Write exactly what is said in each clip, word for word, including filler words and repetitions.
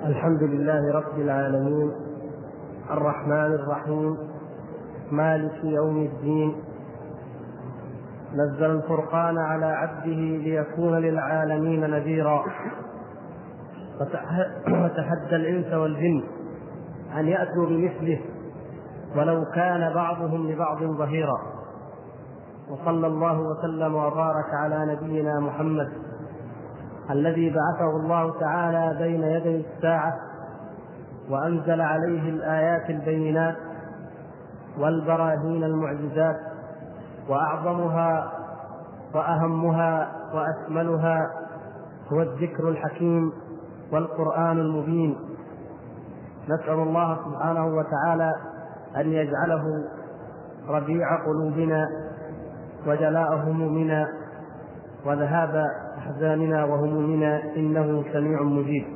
الحمد لله رب العالمين الرحمن الرحيم مالك يوم الدين. نزل الفرقان على عبده ليكون للعالمين نذيرا، وتحدى الإنس والجن أن يأتوا بمثله ولو كان بعضهم لبعض ظهيرا. وصلى الله وسلم وبارك على نبينا محمد الذي بعثه الله تعالى بين يدي الساعة وأنزل عليه الآيات البينات والبراهين المعجزات، وأعظمها وأهمها وأشملها هو الذكر الحكيم والقرآن المبين. نسأل الله سبحانه وتعالى أن يجعله ربيع قلوبنا وجلاء همومنا وذهاب أحزاننا وهمومنا، إنه سميع مجيب.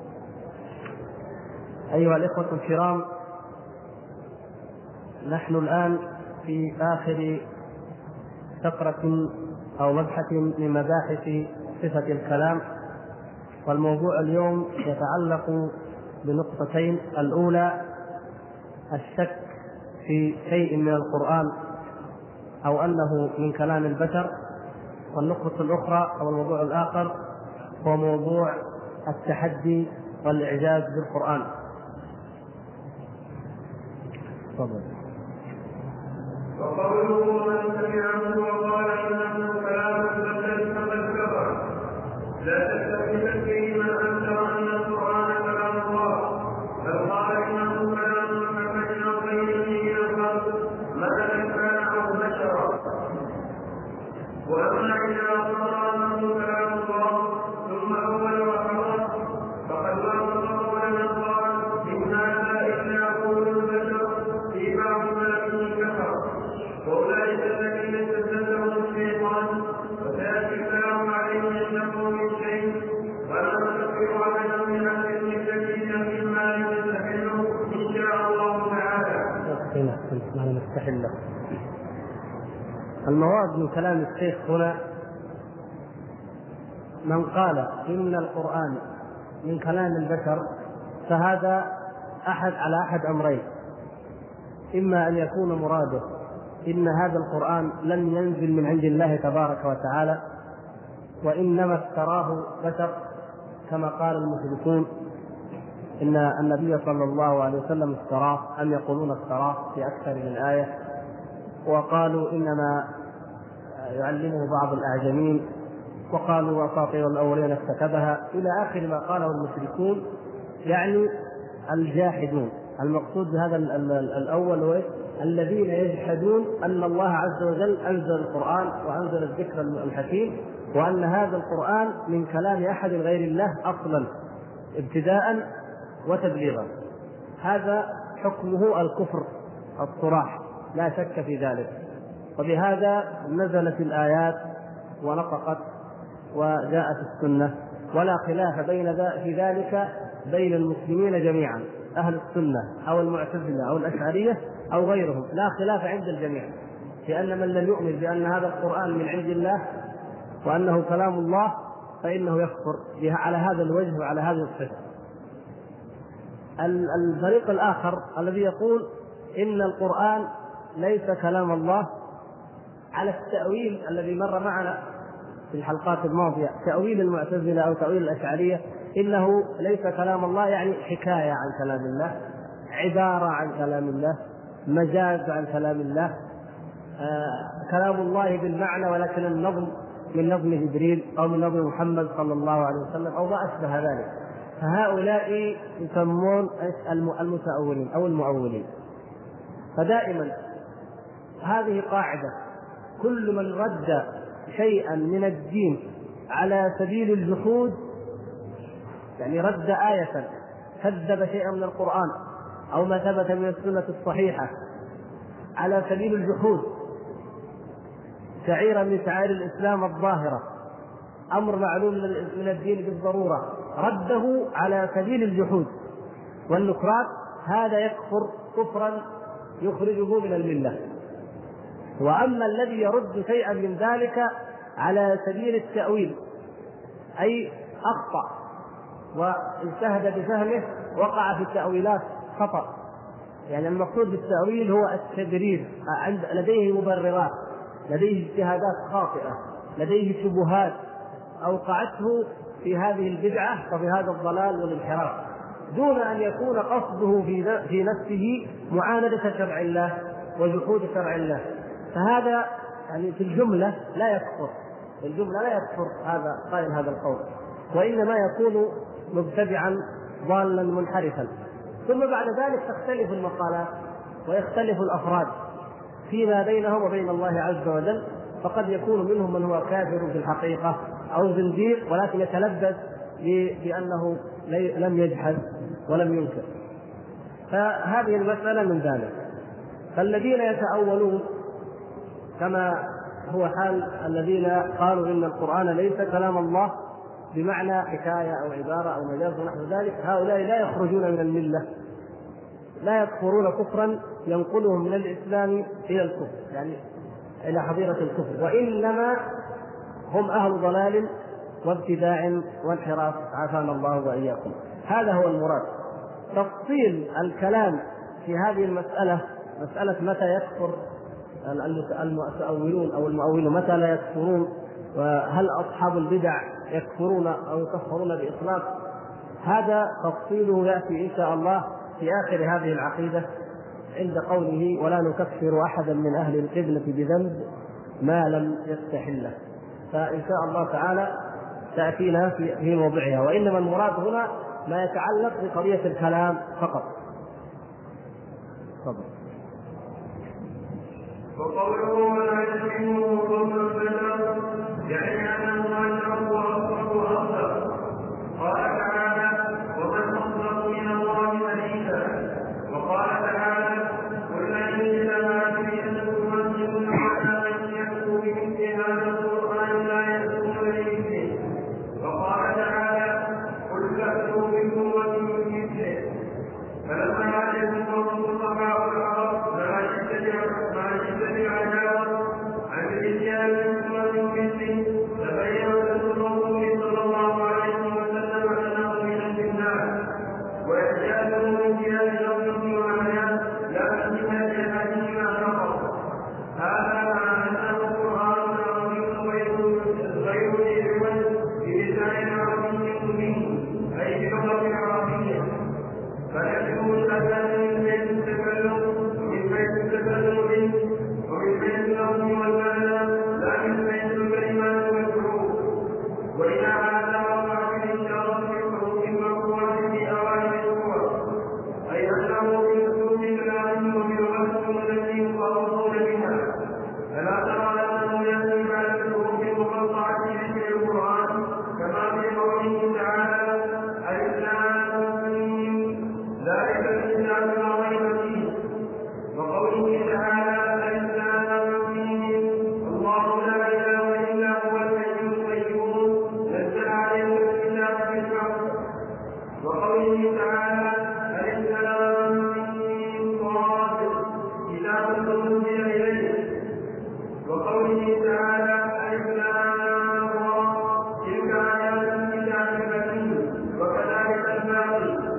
أيها الإخوة الكرام، نحن الآن في آخر فقرة أو مبحث من مباحث صفة الكلام، والموضوع اليوم يتعلق بنقطتين: الأولى الشك في شيء من القرآن أو أنه من كلام البشر، والنقطة الأخرى أو الموضوع الآخر هو موضوع التحدي والإعجاز بالقرآن. تفضل. وقوله من سمعه وقال إنه كلام البشر فقد كفر. لا تستفتن فيه من أنكر أن القرآن كلام الله، بل قال إنه كلام محمد أو غيره من الخلق مثلا كان أو بشرا. وأما إذا أخبر أنه كلام الله ثم أول وحرم فقد لا مصدر لمن قال إن هذا إلا قول البشر في بعض ما به كفر. وأولئك الذين استدلهم الشيطان، وسيأتي الكلام عليهم يشركوا من شيء، ولا نكفر عبدا من أهل الملة مما يستحله إن شاء الله تعالى. المواد من كلام الشيخ هنا: من قال إن القرآن من كلام البشر فهذا أحد على أحد أمرين: إما أن يكون مراده إن هذا القرآن لم ينزل من عند الله تبارك وتعالى وإنما افتراه بشر، كما قال المشركون إن النبي صلى الله عليه وسلم افتراه، أم يقولون افتراه في أكثر من آية، وقالوا إنما يعلمه بعض الأعجمين، وقالوا أساطير الأولين اكتتبها، إلى آخر ما قاله المشركون، يعني الجاحدون. المقصود بهذا الأول هو الذين يجحدون أن الله عز وجل أنزل القرآن وأنزل الذكر الحكيم، وأن هذا القرآن من كلام أحد غير الله أصلا ابتداء وتبليغا. هذا حكمه الكفر الصراح، لا شك في ذلك. وبهذا نزلت الآيات ونطقت وجاءت السنة، ولا خلاف بين في ذلك بين المسلمين جميعا، أهل السنة أو المعتزلة أو الأشعرية أو غيرهم، لا خلاف عند الجميع في أن من لم يؤمن بأن هذا القرآن من عند الله وأنه كلام الله فإنه يكفر على هذا الوجه وعلى هذه الصفة. الفريق الآخر الذي يقول إن القرآن ليس كلام الله على التأويل الذي مر معنا في الحلقات الماضية، تأويل المعتزلة أو تأويل الأشعرية، إنه ليس كلام الله يعني حكاية عن كلام الله، عبارة عن كلام الله، مجاز عن كلام الله، آه كلام الله بالمعنى ولكن النظم من نظم جبريل أو من نظم محمد صلى الله عليه وسلم أو ما أشبه ذلك. فهؤلاء يسمون المتأولين أو المؤولين. فدائما هذه قاعدة: كل من رد شيئا من الدين على سبيل الجحود، يعني رد آية، كذب شيئا من القرآن أو ما ثبت من السنة الصحيحة على سبيل الجحود، شعيرا من شعائر الإسلام الظاهرة، أمر معلوم من الدين بالضرورة، رده على سبيل الجحود والنكران، هذا يكفر كفرا يخرجه من الملة. وأما الذي يرد شيئا من ذلك على سبيل التأويل، أي أخطأ واجتهد بفهمه وقع في التأويلات خطأ. يعني المقصود بالتأويل هو التبرير، عند لديه مبررات، لديه اجتهادات خاطئة، لديه شبهات أوقعته في هذه البدعة وفي هذا الضلال والانحراف، دون أن يكون قصده في نفسه معاندة شرع الله وجحود شرع الله. فهذا يعني في الجملة لا يكفر، في الجملة لا يكفر هذا قائل هذا القول، وإنما يكون مبتدعا ضالا منحرفا. ثم بعد ذلك تختلف المقالات ويختلف الأفراد فيما بينهم وبين الله عز وجل، فقد يكون منهم من هو كافر في الحقيقة أو زنديق، ولكن يتلبس بأنه لم يجحد ولم ينكر. فهذه المسألة من ذلك. فالذين يتأولون كما هو حال الذين قالوا إن القرآن ليس كلام الله بمعنى حكاية أو عبارة أو مجاز ونحو ذلك، هؤلاء لا يخرجون من الملة، لا يكفرون كفرا ينقلهم من الإسلام إلى الكفر، يعني إلى حظيرة الكفر، وإنما هم أهل ضلال وابتداع وانحراف، عافانا الله وإياكم. هذا هو المراد. تفصيل الكلام في هذه المسألة، مسألة متى يكفر المتأولون أو المؤولون، متى لا يكفرون، وهل أصحاب البدع يكفرون أو يكفرون بإطلاق، هذا تفصيله يأتي إن شاء الله في آخر هذه العقيدة عند قوله ولا نكفر أحدا من أهل القبلة بذنب ما لم يستحله. فإن شاء الله تعالى تأتينا في موضعها، وإنما المراد هنا ما يتعلق بقضية الكلام فقط. تفضل. وقوله ولا يشركوا قوم البشر يعني أنه أشرك وأصدق وأصدق. قال تعالى ومن أصدق من الله حديثا. وقال تعالى قل إن اجتمعت الإنس والجن على أن يأتوا بمثل هذا القرآن لا يأتون بمثله. وقال تعالى قل فأتوا بسورة مثله. فلما عجزوا قوم الصحابة العرب ما يتبع ما يتبع جاوز عن الرجال من مثله تبين رسول الله صلى الله عليه وسلم أنه من الناس وإعجازه من جهة لفظه ومعناه لا من جهة أحدهما فقط. هذا مع أنه قرآن عربي غير ذي عوج بلسان عربي مبين أي بلغة عربية، فيكون الأساس من بيت التكلم ومن بيت التكلم به ومن بيت اللفظ والمعنى لا من بيت الكلمات والحروف. وإلى هذا وقع في الإشارة في الحروف المقروءة في أوائل السور، أي أنه في أسلوب كلام وبلغتهم التي يخاطبون بها. فلا ترى أنه يأتي بعد الحروف المقطعة في القرآن كما في قوله تعالى الإسلام ذلك الإسلام لا ريب فيه. وقوله تعالى الإسلام فيه الله لا إله إلا هو الحي القيوم نزل عليك الكتاب بالحق. وقوله تعالى الإسلام فيه صادق كتاب أنزل إليه. وقوله تعالى الإسلام تلك آيات الكتاب الحكيم. وكذلك الباقي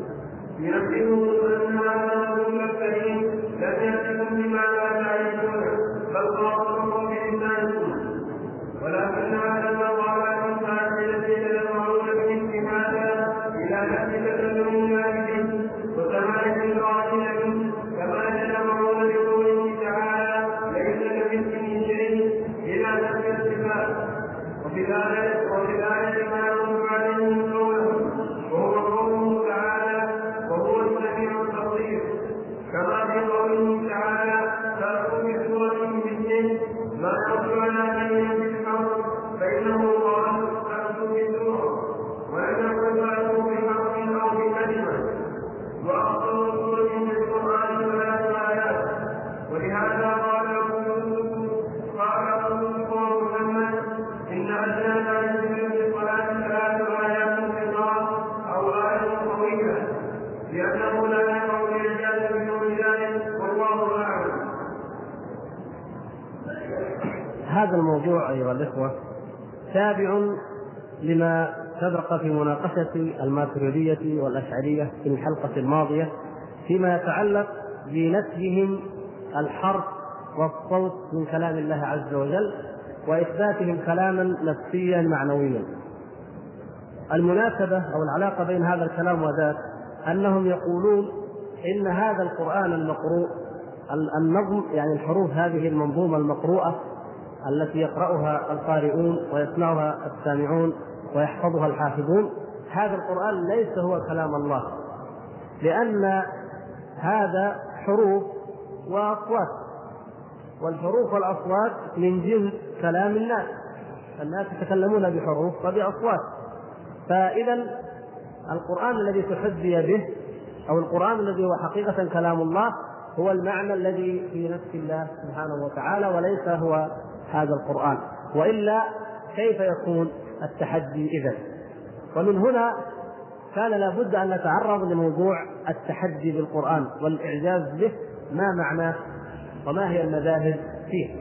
ينبئهم أن هذا الرسول الكريم لم يأتكم بما لا تعرفون بل خاطبكم بلسانكم، ولكن هذا ما قال في الذين يدعون بمثل هذا إلى نفس تكلم به وسماع قائل كما يدعون بقوله تعالى ليس كمثله شيء إلى نفس الصفات. وفي ذلك وفي ذلك ما ينفع عليهم قوله وهو قوله تعالى وهو السميع البصير، كما في قوله تعالى فأتوا بسورة مثله ما يرجو على أن بالحق فإنه قال فأتوا بسورة ولم يقل فأتوا بحق أو بكلمة. وأفضل سورة في القرآن ثلاث آيات. ولهذا قال قال رسول محمد إن أجل ذلك في الصلاة ثلاث آيات قصار أو آية طويلة لأنه لا يقع الرجال بدون ذلك والله أعلم. هذا الموضوع أيها الإخوة تابع لما سبق في مناقشة الماتريدية والأشعرية في الحلقة الماضية فيما يتعلق بنفيهم الحرف والصوت من كلام الله عز وجل وإثباتهم كلاما نفسيا معنويا. المناسبة أو العلاقة بين هذا الكلام وذاك أنهم يقولون إن هذا القرآن المقروء النظم، يعني الحروف هذه المنظومة المقروءة التي يقرأها القارئون ويسمعها السامعون ويحفظها الحافظون، هذا القرآن ليس هو كلام الله، لأن هذا حروف وأصوات، والحروف والأصوات من جنس كلام الناس، الناس يتكلمون بحروف وبأصوات. فإذا القرآن الذي تحدي به أو القرآن الذي هو حقيقة كلام الله هو المعنى الذي في نفس الله سبحانه وتعالى، وليس هو هذا القرآن، وإلا كيف يكون التحدي إذن؟ ومن هنا كان لابد أن نتعرض لموضوع التحدي بالقرآن والإعجاز به، ما معناه وما هي المذاهب فيه.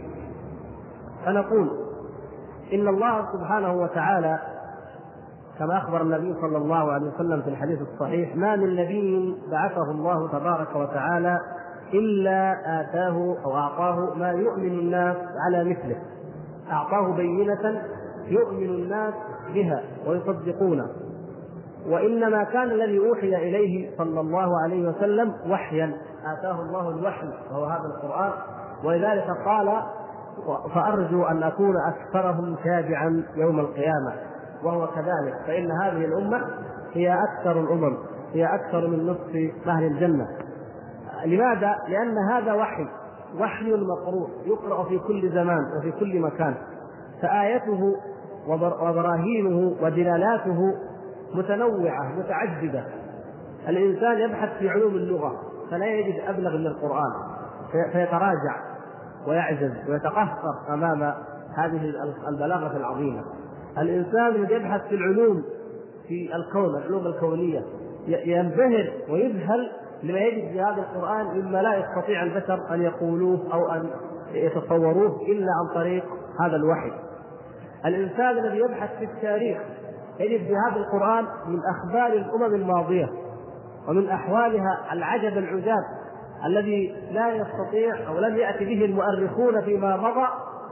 فنقول إن الله سبحانه وتعالى كما أخبر النبي صلى الله عليه وسلم في الحديث الصحيح: ما من نبي بعثه الله تبارك وتعالى إلا آتاه أو أعطاه ما يؤمن الناس على مثله، أعطاه بينة يؤمن الناس بها ويصدقونه. وإنما كان الذي أوحي إليه صلى الله عليه وسلم وحيا، آتاه الله الوحي وهو هذا القرآن، ولذلك قال: فأرجو أن أكون أكثرهم تابعا يوم القيامة. وهو كذلك، فإن هذه الأمة هي أكثر الأمم، هي أكثر من نصف أهل الجنة. لماذا؟ لأن هذا وحي، وحي مقروء يقرأ في كل زمان وفي كل مكان، فآيته وبراهينه ودلالاته متنوعة متعددة. الإنسان يبحث في علوم اللغة فلا يجد أبلغ من القرآن، فيتراجع ويعجز ويتقهقر أمام هذه البلاغة العظيمة. الإنسان يبحث في العلوم في الكون، العلوم الكونية، ينبهر ويذهل لما يجد في هذا القرآن مما لا يستطيع البشر أن يقولوه أو أن يتصوروه إلا عن طريق هذا الوحي. الإنسان الذي يبحث في التاريخ يجد في هذا القرآن من أخبار الأمم الماضية ومن أحوالها العجب العجاب الذي لا يستطيع أو لم يأتي به المؤرخون فيما مضى،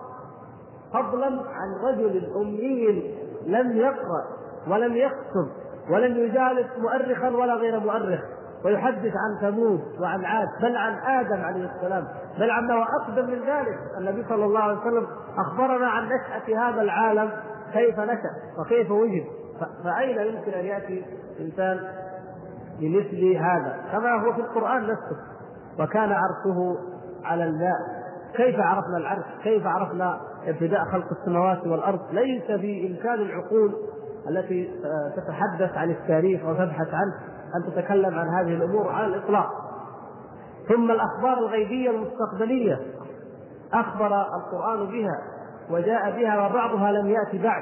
فضلا عن رجل أمي لم يقرأ ولم يكتب ولم يجالس مؤرخا ولا غير مؤرخ ويحدث عن ثمود وعن عاد، بل عن آدم عليه السلام، بل عن ما أقدم من ذلك. النبي صلى الله عليه وسلم أخبرنا عن نشأة هذا العالم، كيف نشأ وكيف وجد. فأين يمكن أن يأتي إنسان بمثل هذا كما هو في القرآن نفسه؟ وكان عرشه على الماء. كيف عرفنا العرش؟ كيف عرفنا ابتداء خلق السماوات والأرض؟ ليس في إمكان العقول التي تتحدث عن التاريخ وتبحث عنه أن تتكلم عن هذه الأمور على الإطلاق. ثم الأخبار الغيبية المستقبلية أخبر القرآن بها وجاء بها، وبعضها لم يأتي بعد،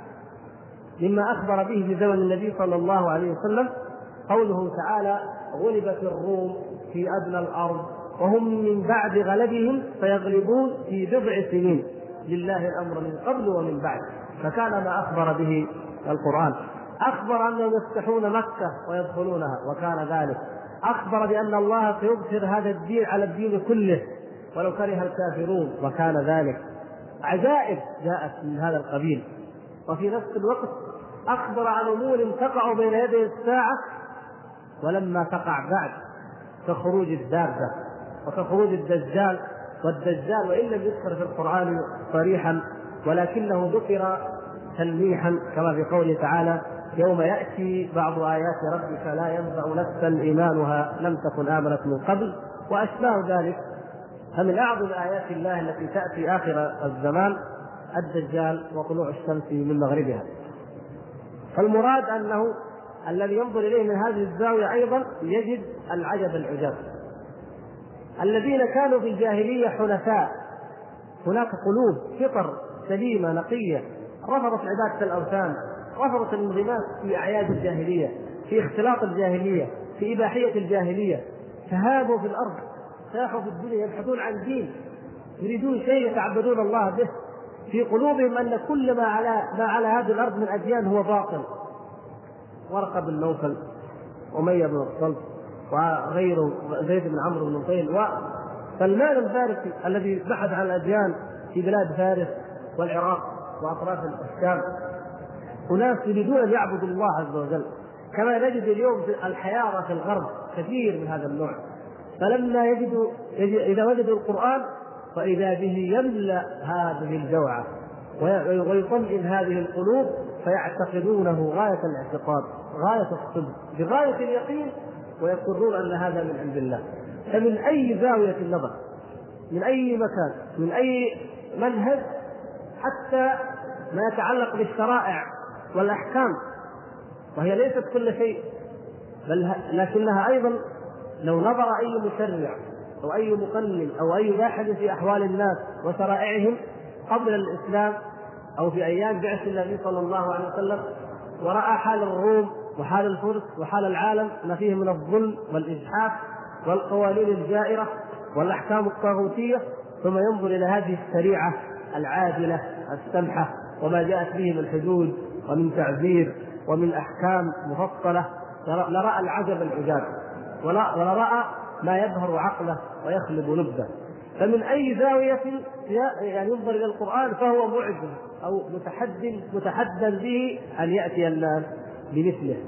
مما أخبر به في زمن النبي صلى الله عليه وسلم قوله تعالى: غلبت الروم في أدنى الأرض وهم من بعد غلبهم سيغلبون في بضع سنين لله الأمر من قبل ومن بعد. فكان ما أخبر به القرآن. أخبر أنهم يفتحون مكة ويدخلونها وكان ذلك. أخبر بأن الله سيظهر هذا الدين على الدين كله ولو كره الكافرون وكان ذلك. عجائب جاءت من هذا القبيل. وفي نفس الوقت أخبر عن أمور تقع بين يدي الساعة ولما تقع بعد، كخروج الدابة وكخروج الدجال. والدجال وإن لم يذكر في القرآن صريحا ولكنه ذكر تلميحا كما في قوله تعالى: يوم يأتي بعض آيات ربك لا ينفع نفسا إيمانها لم تكن آمنت من قبل وأشباه ذلك. فمن أعظم آيات الله التي تأتي آخر الزمان الدجال وطلوع الشمس من مغربها. فالمراد أنه الذي ينظر إليه من هذه الزاوية أيضا يجد العجب العجاب. الذين كانوا في الجاهلية حنفاء، هناك قلوب فطر سليمة نقية، رفضت عبادة الأوثان، رفضت الانغماس في أعياد الجاهلية، في اختلاط الجاهلية، في إباحية الجاهلية، فهابوا في الأرض، ساحوا في الدنيا، يبحثون عن دين، يريدون شيء يتعبدون الله به. في قلوبهم أن كل ما على ما على هذه الأرض من أديان هو باطل، ورقة بن نوفل، أمية بن الصلت، وغيره زيد بن عمرو بن نفيل، وسلمان الفارسي الذي بحث عن الأديان في بلاد فارس والعراق وأطراف الشام. أناس يريدون أن يعبدوا الله عز وجل، كما نجد اليوم في الحيارى في الغرب كثير من هذا النوع. فلما يجدوا إذا وجدوا القرآن فإذا به يملأ هذه الجوعة ويطمئن هذه القلوب، فيعتقدونه غاية الاعتقاد، غاية الصدق، بغاية اليقين، ويقرون أن هذا من عند الله. فمن أي زاوية النظر، من أي مكان، من أي منهج، حتى ما يتعلق بالشرائع والأحكام، وهي ليست كل شيء، بل لكنها أيضا لو نظر أي مشرع أو أي مقنن أو أي باحث في أحوال الناس وشرائعهم قبل الإسلام أو في أيام بعث النبي صلى الله عليه وسلم، ورأى حال الروم وحال الفرس وحال العالم ما فيه من الظلم والإجحاف والقوانين الجائرة والأحكام الطاغوتية، ثم ينظر إلى هذه الشريعة العادلة السمحة وما جاءت به من حدود ومن تعذير ومن أحكام مفصلة، لرأى العجب العجاب، ولرأى ما يبهر عقله ويخلب لبه. فمن أي زاوية يعني ينظر إلى القرآن فهو معجز أو متحد متحدى به أن يأتي الناس بمثله.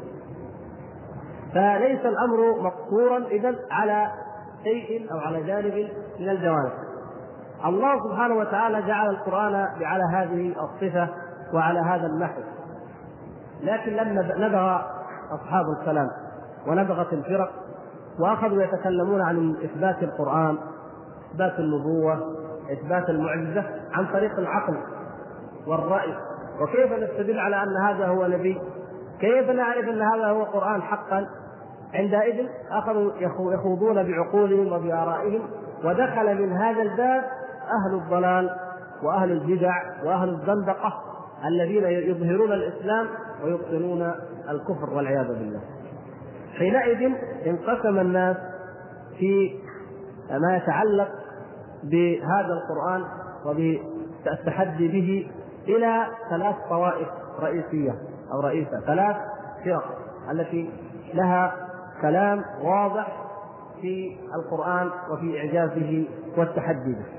فليس الأمر مقصورا إذن على شيء أو على جانب من الجوانب. الله سبحانه وتعالى جعل القرآن على هذه الصفة وعلى هذا النحو، لكن لما نبغى أصحاب الكلام ونبغت الفرق وأخذوا يتكلمون عن إثبات القرآن، إثبات النبوة، إثبات المعجزة عن طريق العقل والرأي، وكيف نستدل على أن هذا هو نبي، كيف نعرف أن هذا هو قرآن حقا، عندئذ أخذوا يخوضون بعقولهم وبآرائهم، ودخل من هذا الباب أهل الضلال وأهل البدع وأهل الزندقة الذين يظهرون الإسلام ويبطنون الكفر والعياذ بالله. حينئذ انقسم الناس في ما يتعلق بهذا القرآن وبالتحدي به إلى ثلاث طوائف رئيسية أو رئيسة، ثلاث فرق التي لها كلام واضح في القرآن وفي إعجازه والتحدي به.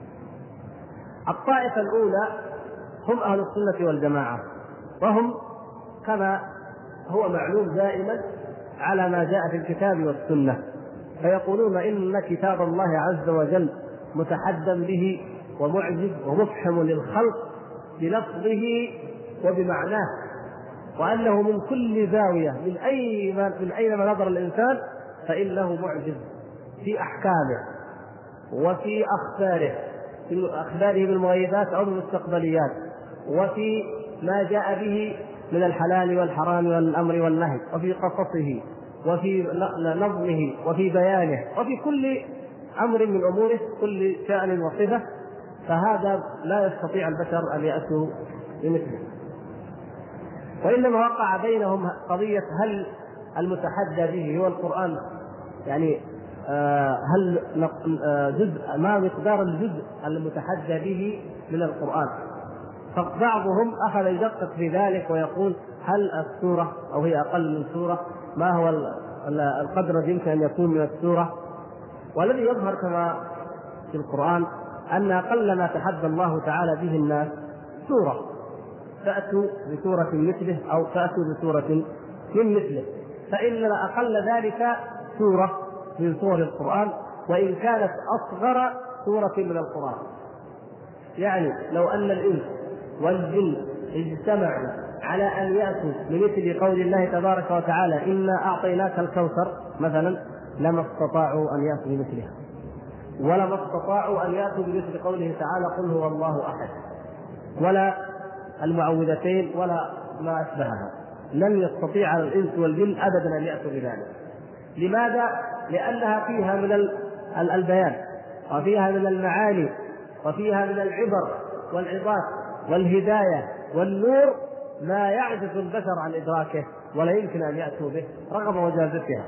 الطائفة الأولى هم أهل السنة والجماعة، وهم كما هو معلوم دائما على ما جاء في الكتاب والسنة، فيقولون إن كتاب الله عز وجل متحدى به ومعجز ومفحم للخلق بلفظه وبمعناه، وأنه من كل زاوية من أي من أينما نظر الإنسان فإنه معجز في أحكامه وفي أخباره، في أخباره بالمغيبات أو بالمستقبليات، وفي ما جاء به من الحلال والحرام والأمر والنهي، وفي قصصه وفي نظمه وفي بيانه وفي كل أمر من أموره، كل شأن وصفة. فهذا لا يستطيع البشر أن يأتوا بمثله، وإنما وقع بينهم قضية هل المتحدى به هو القرآن، يعني هل جزء ما مقدار الجزء المتحدى به من القرآن. فبعضهم أخذ يدقق في ذلك ويقول هل السورة أو هي أقل من سورة، ما هو القدر الذي يمكن أن يكون من السورة. والذي يظهر كما في القرآن أن أقل ما تحدى الله تعالى به الناس سورة، فأتوا بسورة مثله أو فأتوا بسورة من مثله، فإن أقل ذلك سورة من سور القرآن وإن كانت أصغر سورة من القرآن. يعني لو أن الإنس والجن اجتمعوا على أن يأتوا بمثل قول الله تبارك وتعالى إنا أعطيناك الكوثر مثلا، لما استطاعوا أن يأتوا بمثلها، ولما استطاعوا أن يأتوا بمثل قوله تعالى قل هو الله أحد، ولا المعوذتين ولا ما أشبهها. لن يستطيع الإنس والجن أبدا أن يأتوا بذلك. لماذا؟ لأنها فيها من البيان وفيها من المعاني وفيها من العبر والعظات والهداية والنور ما يعجز البشر عن إدراكه ولا يمكن أن يأتوا به رغم وجازتها.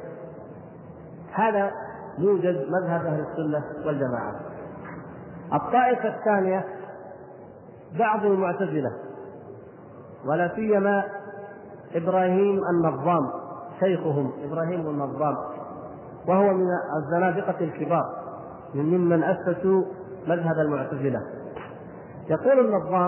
هذا يوجد مذهب أهل السنة والجماعة. الطائفة الثانية بعض المعتزلة، ولا سيما إبراهيم النظام شيخهم إبراهيم النظام، وهو من الزنادقة الكبار ممن أسسوا مذهب المعتزلة. يقول النظام: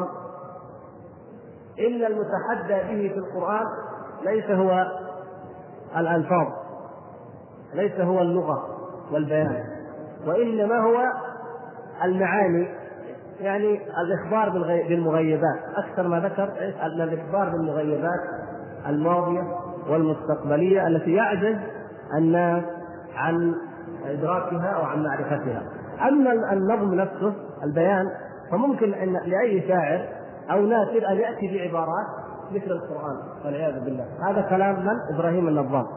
إن المتحدى به في القرآن ليس هو الألفاظ، ليس هو اللغة والبيان، وإنما هو المعاني، يعني الإخبار بالمغيبات. أكثر ما ذكر أن الإخبار بالمغيبات الماضية والمستقبلية التي يعجز الناس عن إدراكها أو عن معرفتها. أما النظم نفسه البيان فممكن أن لأي شاعر أو ناثر أن يأتي بعبارات مثل القرآن والعياذ بالله. هذا كلام من؟ إبراهيم النظام.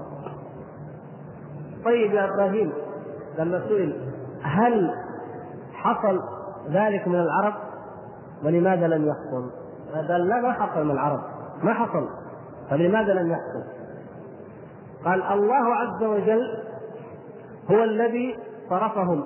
طيب يا إبراهيم، لما سئل هل حصل ذلك من العرب ولماذا لم يحصل؟ قال لا، ما حصل من العرب، ما حصل، فلماذا لم يحصل؟ قال: الله عز وجل هو الذي صرفهم،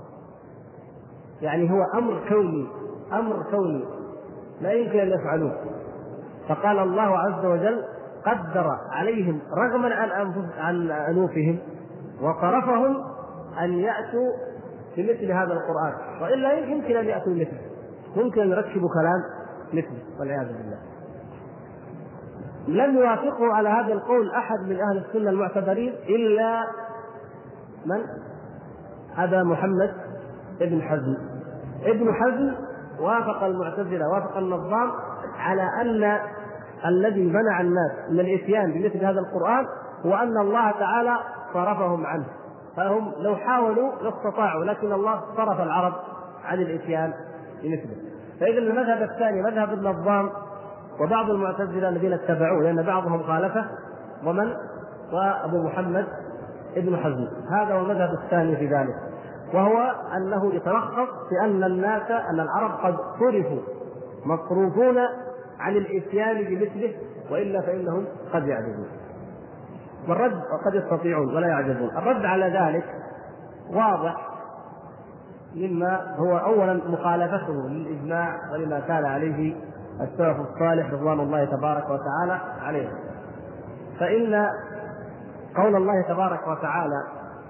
يعني هو أمر كوني، أمر كوني لا يمكن أن يفعلوه. فقال الله عز وجل قدر عليهم رغما عن عن أنوفهم وصرفهم أن يأتوا بمثل هذا القرآن، وإلا يمكن أن يأتوا مثله، ممكن أن يركبوا كلام مثله والعياذ بالله. لم يوافقوا على هذا القول أحد من أهل السنة المعتبرين إلا من؟ أبا محمد ابن حزم. ابن حزم وافق المعتزلة، وافق النظام على أن الذي منع الناس من الإتيان بمثل هذا القرآن هو أن الله تعالى صرفهم عنه، فهم لو حاولوا لاستطاعوا، لكن الله صرف العرب عن الإتيان بمثله. فإذا المذهب الثاني مذهب النظام وبعض المعتزلة الذين اتبعوه، لأن بعضهم خالفه، ومن؟ وأبو محمد ابن حزم. هذا هو المذهب الثاني في ذلك، وهو أنه يتلخص في أن الناس أن العرب قد صرفوا مصروفون عن الإتيان بمثله، وإلا فإنهم قد يعجزون. والرد وقد يستطيعون ولا يعجزون. الرد على ذلك واضح، مما هو أولا مخالفته للإجماع ولما كان عليه السلف الصالح رضوان الله تبارك وتعالى عليه. فإن قول الله تبارك وتعالى: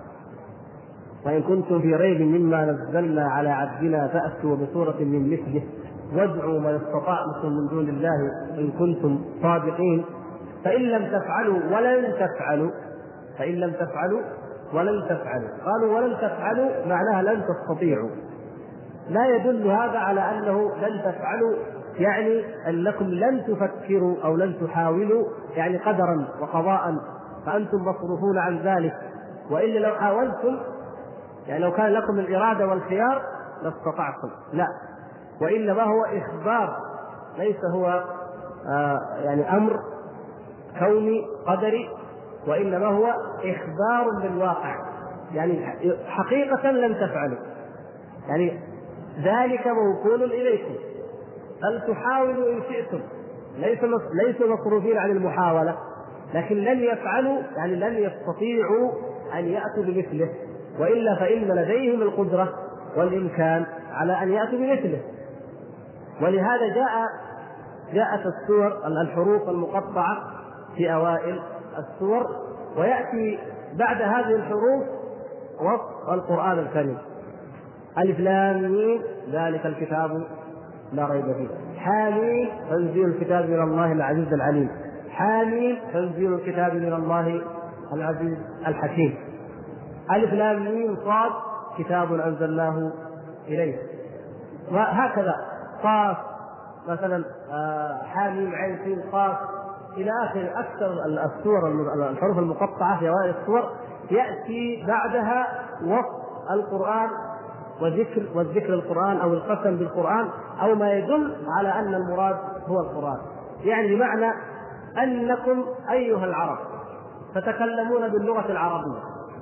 وإن كنتم في ريب مما نزلنا على عبدنا فأتوا بسورة من مثله وادعوا من استطعتم من دون الله إن كنتم صادقين، فإن لم تفعلوا ولن تفعلوا فإن لم تفعلوا ولن تفعلوا قالوا ولن تفعلوا معناها لن تستطيعوا. لا يدل هذا على أنه لن تفعلوا يعني أنكم لن تفكروا أو لن تحاولوا، يعني قدرا وقضاء فأنتم مصروفون عن ذلك، وإلا لو حاولتم، يعني لو كان لكم الإرادة والخيار لاستطعتم. لا، وإنما هو إخبار، ليس هو آه يعني أمر كوني قدري، وإنما هو إخبار بالواقع، يعني حقيقة لن تفعلوا، يعني ذلك موكول إليكم، هل تحاولوا إن شئتم، ليسوا مصروفين عن المحاولة، لكن لن يفعلوا يعني لن يستطيعوا أن يأتوا بمثله، وإلا فإن لديهم القدرة والإمكان على أن يأتوا بمثله. ولهذا جاء جاءت السور الحروف المقطعة في أوائل السور، ويأتي بعد هذه الحروف وصف القرآن الكريم: ألف لام ميم ذلك الكتاب لا ريب فيه، حاميم تنزيل الكتاب من الله العزيز العليم، حاميم تنزيل الكتاب من الله العزيز الحكيم، ألف لام ميم صاد كتاب أنزلناه إليه، وهكذا قاف مثلا حاميم عين سين قاف إلى آخر. أكثر السور الحروف المقطعة في أوائل السور يأتي بعدها وصف القرآن وذكر والذكر القرآن أو القسم بالقرآن أو ما يدل على أن المراد هو القرآن. يعني بمعنى أنكم أيها العرب تتكلمون باللغة العربية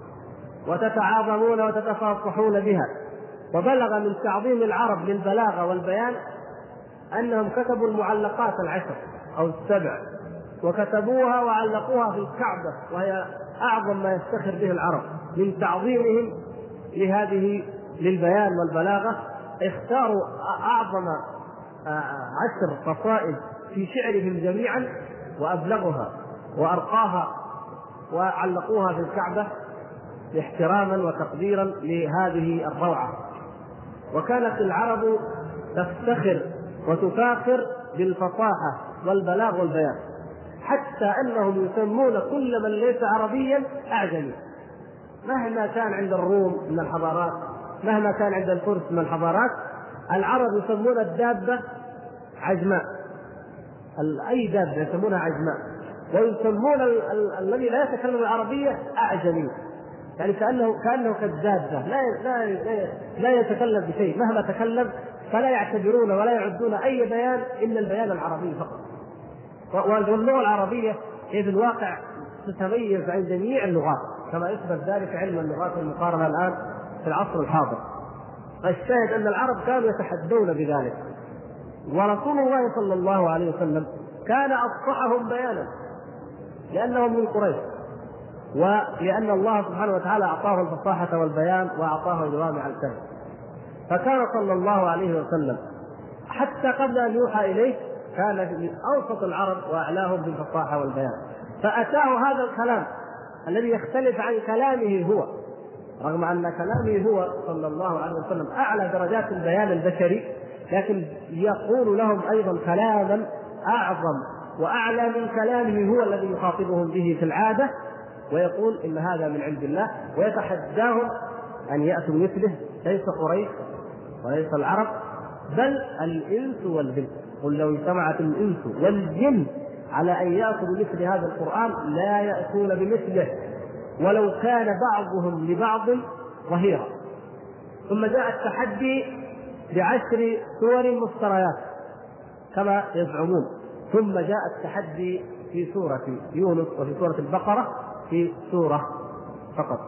وتتعاظمون وتتفاصحون بها، وبلغ من تعظيم العرب للبلاغة والبيان أنهم كتبوا المعلقات العشر أو السبع وكتبوها وعلقوها في الكعبة، وهي أعظم ما يفتخر به العرب من تعظيمهم لهذه للبيان والبلاغة. اختاروا أعظم عشر قصائد في شعرهم جميعا وأبلغها وأرقاها وعلقوها في الكعبة احتراما وتقديرا لهذه الروعة. وكانت العرب تفتخر وتفاخر بالفصاحة والبلاغ والبيان، حتى أنهم يسمون كل من ليس عربيا أعجمي، مهما كان عند الروم من الحضارات، مهما كان عند الفرس من الحضارات. العرب يسمون الدابة عجماء، أي دابة يسمونها عجماء، ويسمون الذي لا يتكلم العربية أعجمي، يعني كأنه كأنه كالدابة لا لا لا يتكلم بشيء، مهما تكلم فلا يعتبرون ولا يعدون أي بيان إلا البيان العربي فقط. واللغة العربية هي في الواقع تتميز عن جميع اللغات، كما يثبت ذلك علم اللغات المقارنة الآن في العصر الحاضر. الشاهد أن العرب كانوا يتحدون بذلك، ورسول الله صلى الله عليه وسلم كان أفصحهم بيانا لأنهم من قريش، ولأن الله سبحانه وتعالى أعطاه الفصاحة والبيان وأعطاه جوامع الكلم. فكان صلى الله عليه وسلم حتى قبل أن يوحى إليه كان من أوسط العرب وأعلاهم بالفصاحة والبيان. فأتاه هذا الكلام الذي يختلف عن كلامه هو، رغم أن كلامه هو صلى الله عليه وسلم أعلى درجات البيان البشري، لكن يقول لهم أيضا كلاما أعظم وأعلى من كلامه هو الذي يخاطبهم به في العادة، ويقول إن هذا من عند الله، ويتحداهم أن يأتوا مثله، ليس قريش وليس العرب بل الإنس والجن. قل لو اجتمعت الإنس والجن على أن يأتوا بمثل هذا القرآن لا يأتون بمثله ولو كان بعضهم لبعض ظهيرا. ثم جاء التحدي بعشر سور مفتريات كما يزعمون، ثم جاء التحدي في سورة يونس وفي سورة البقرة في سورة فقط،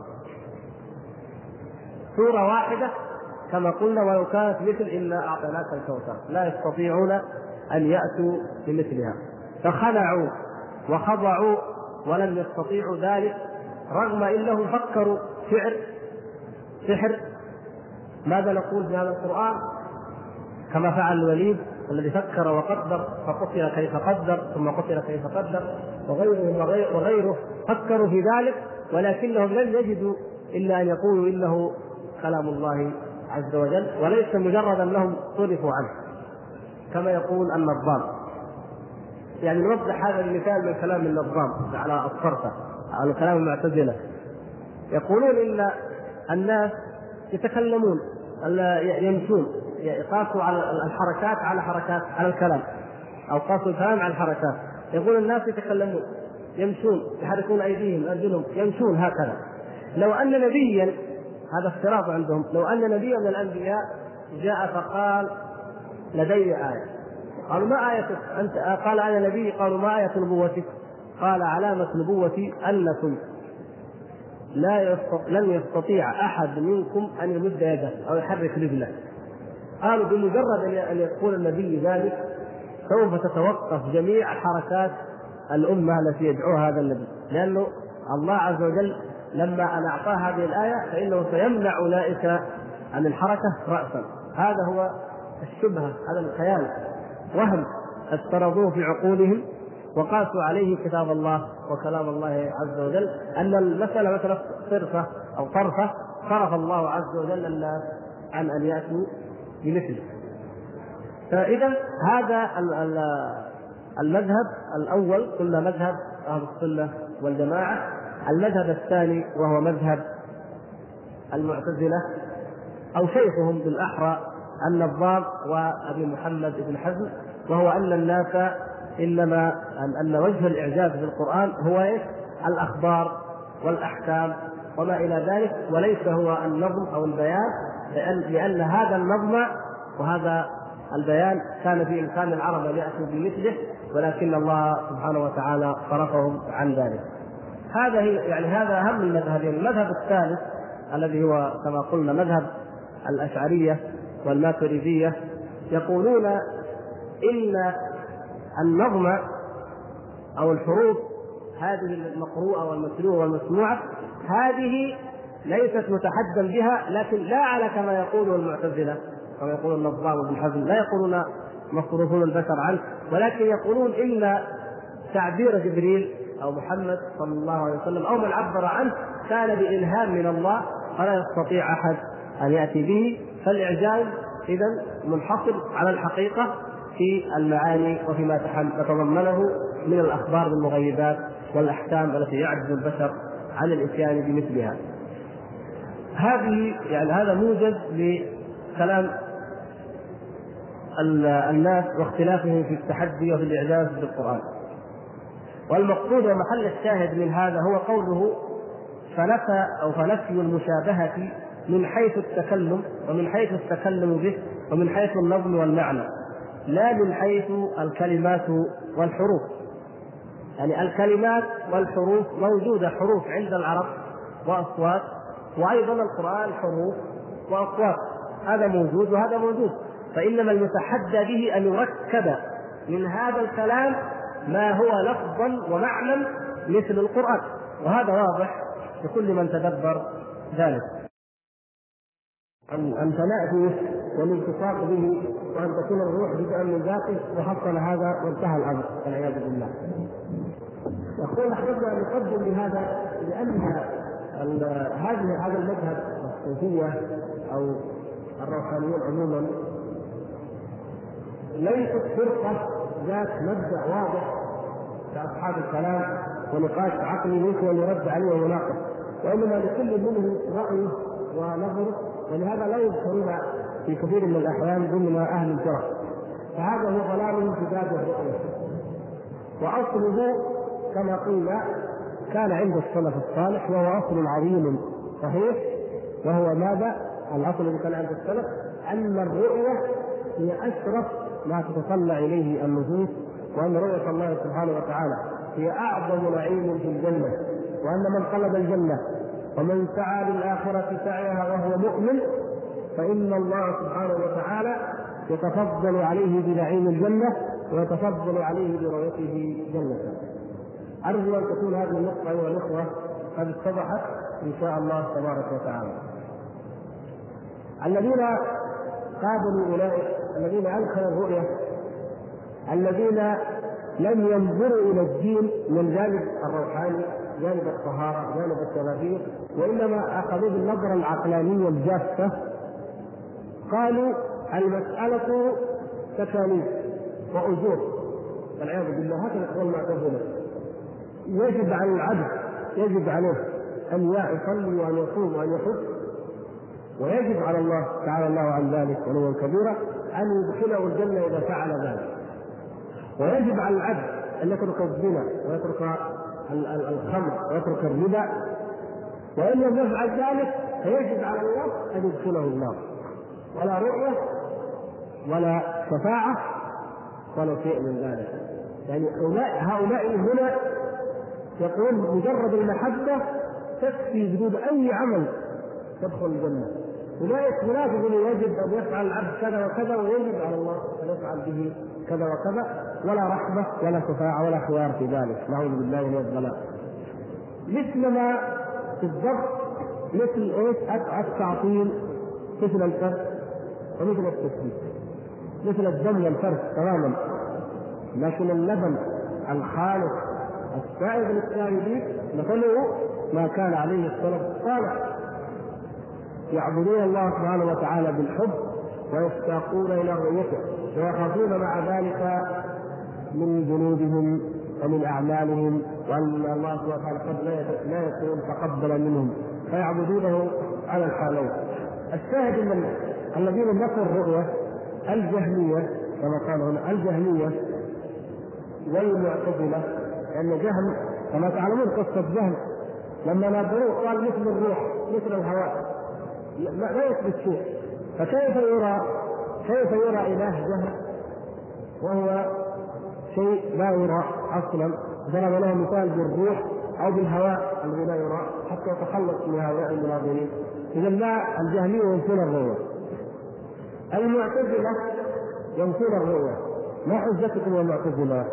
سورة واحدة كما قلنا، ولو كانت مثل إلا أعطيناك الكوثر، لا يستطيعون أن يأتوا بمثلها، فخلعوا وخضعوا ولم يستطيعوا ذلك، رغم إنهم فكروا شعر سحر. ماذا نقول في هذا القرآن؟ كما فعل الوليد الذي فكر وقدر فقتل كيف قدر ثم قتل كيف قدر، وغيرهم وغيره فكروا في ذلك، ولكنهم لم يجدوا إلا أن يقولوا إنه كلام الله عز وجل، وليس مجرد أنهم صرفوا عنه كما يقول النظام. يعني نوضح هذا المثال من كلام النظام على الصرفة على كلام المعتزلة. يقولون إن الناس يتكلمون يمشون، يقاسوا على الحركات على حركات على الكلام، أو قاسوا الكلام على الحركات. يقول الناس يتكلمون يمشون يحركون أيديهم أرجلهم يمشون هكذا. لو أن نبيا، هذا افتراض عندهم، لو أن نبيا من الأنبياء جاء فقال لدي آية، قالوا ما آيتك أنت؟ قال أنا نبي. قالوا ما آية نبوتك؟ قال علامة نبوتي أنكم لا يستطيع لن يستطيع أحد منكم أن يمد يده أو يحرك رجله. قالوا بمجرد أن يقول النبي ذلك سوف تتوقف جميع حركات الأمة التي يدعوها هذا النبي، لأنه الله عز وجل لما أن أعطاه هذه الآية فإنه سيمنع أولئك عن الحركة رأسا. هذا هو الشبهة، هذا الخيال، وهم افترضوه في عقولهم وقاسوا عليه كتاب الله وكلام الله عز وجل، أن المسألة مثلا صرفة أو طرفة صرف الله عز وجل الناس عن أن يأتوا بمثله. فإذا هذا المذهب الأول قلنا مذهب أهل السنة والجماعة. المذهب الثاني وهو مذهب المعتزلة أو شيخهم بالأحرى النظام وأبي محمد بن حزم، وهو أن الناس إنما أن وجه الإعجاز في القرآن هو إيه؟ الأخبار والأحكام وما إلى ذلك، وليس هو النظم أو البيان، لأن, لأن هذا النظم وهذا البيان كان في إمكان العرب أن يأتوا بمثله، ولكن الله سبحانه وتعالى صرفهم عن ذلك. هذا يعني هذا أهم المذهبين. المذهب الثالث الذي هو كما قلنا مذهب الأشعرية والماتريدية، يقولون إن النظم أو الحروف هذه المقروءة والمتلوة والمسموعة هذه ليست متحدا بها، لكن لا على كما يقول المعتزلة كما يقول النظام بن حزم، لا يقولون مصروفون البشر عنه، ولكن يقولون إن تعبير جبريل أو محمد صلى الله عليه وسلم أو من عبر عنه كان بإلهام من الله فلا يستطيع أحد أن يأتي به. فالإعجاز إذن منحصر على الحقيقة في المعاني وفيما تتضمنه من الأخبار بالمغيبات والأحكام التي يعجز البشر عن الإتيان بمثلها. هذه يعني هذا موجز لكلام الناس واختلافهم في التحدي وفي الإعجاز بالقرآن. والمقصود ومحل الشاهد من هذا هو قوله فنفى أو فنفي المشابهة من حيث التكلم ومن حيث التكلم به ومن حيث النظم والمعنى، لا من حيث الكلمات والحروف. يعني الكلمات والحروف موجودة، حروف عند العرب وأصوات، وأيضا القرآن حروف وأصوات، هذا موجود وهذا موجود. فإنما المتحدى به أن يركب من هذا الكلام ما هو لفظا ومعنى مثل القرآن، وهذا واضح لكل من تدبر ذلك. أن تنأتي والالتصاق به وأن تكون الروح جزءا من ذاته، وحصل هذا وانتهى الأمر والعياذ بالله. يقول أحببنا أن نقدم لهذا لأن هذه هذا المذهب الصوفية أو الروحانيون عموما ليست فرقة ذات مبدأ واضح كأصحاب الكلام ونقاش عقلي يمكن أن يرد عليه ويناقش، وإنما لكل منهم رأيه ونظره، ولهذا لا يذكرون في كثير من الأحيان ضمن أهل الفرق. فهذا هو ضلال في باب الرؤية، وأصله كما قلنا كان عند السلف الصالح، وهو أصل عظيم صحيح. وهو ماذا؟ الأصل الذي كان عند السلف أن الرؤية هي أشرف ما تتطلع إليه النفوس، وأن رؤية الله سبحانه وتعالى هي أعظم نعيم في الجنة، وأن من طلب الجنة ومن سعى للآخرة سعيها وهو مؤمن فإن الله سبحانه وتعالى يتفضل عليه بنعيم الجنة ويتفضل عليه برؤيته جنة. أرجو أن تكون هذه النقطة أيها الأخوة قد اتضحت إن شاء الله تبارك وتعالى. الذين قابلوا أولئك الذين أنكروا الرؤية، الذين لم ينظروا إلى الدين من جانب الروحاني، جانب الطهارة، جانب التغيير، وإنما أخذوا بالنظرة العقلانية الجافة، قالوا المسألة تكاليف وأجور والعياذ بالله. هذا الأقوال المعتزلة. يجب على العبد يجب عليه أن يصلي وأن يصوم وأن يحج، ويجب على الله تعالى الله عن ذلك علوا كبيرا أن يدخله الجنة إذا فعل ذلك، ويجب على العبد أن يترك الزنا ويترك الخمر ويترك الربا، وإن لم يفعل ذلك فيجب على الله أن يدخله النار. ولا رؤية ولا شفاعة ولا شيء من ذلك. يعني هؤلاء هنا يقول مجرد المحبة تكفي بدون أي عمل تدخل الجنة. أولئك منافقون يجب أن يفعل العبد كذا وكذا، ويجب على الله أن يفعل به كذا وكذا، ولا رحمة ولا شفاعة ولا خيار في ذلك. نعوذ بالله من الضلال. مثل ما بالضبط مثل ايش؟ التعطيل، مثل الفرد ومثل التثبيت، مثل الدم والفرد تماما. لكن اللبن الخالص السائغ للشاربين مثله ما كان عليه السلف الصالح، يعبدون الله سبحانه وتعالى بالحب ويشتاقون الى رؤيته، ويخافون مع ذلك من ذنوبهم ومن اعمالهم، وان الله سبحانه وتعالى قد لا يكون تقبل منهم، فيعبدونه على الحالين. الشاهد من الذين نفوا الرؤيه الجهميه كما قال هنا، الجهميه والمعتزله، لان جهم كما تعلمون قصه جهم لما نادروه قال مثل الروح مثل الهواء لا يثبت شيء، فكيف يرى كيف يرى اله جهم وهو شيء لا يرى اصلا؟ ضرب له مثال بالروح او بالهواء الذي لا يرى حتى يتخلص من هؤلاء المناظرين. اذا لا، الجهميه ينكرون الرؤيه، المعتزله ينكرون الرؤيه. ما حجتكم يا معتزله؟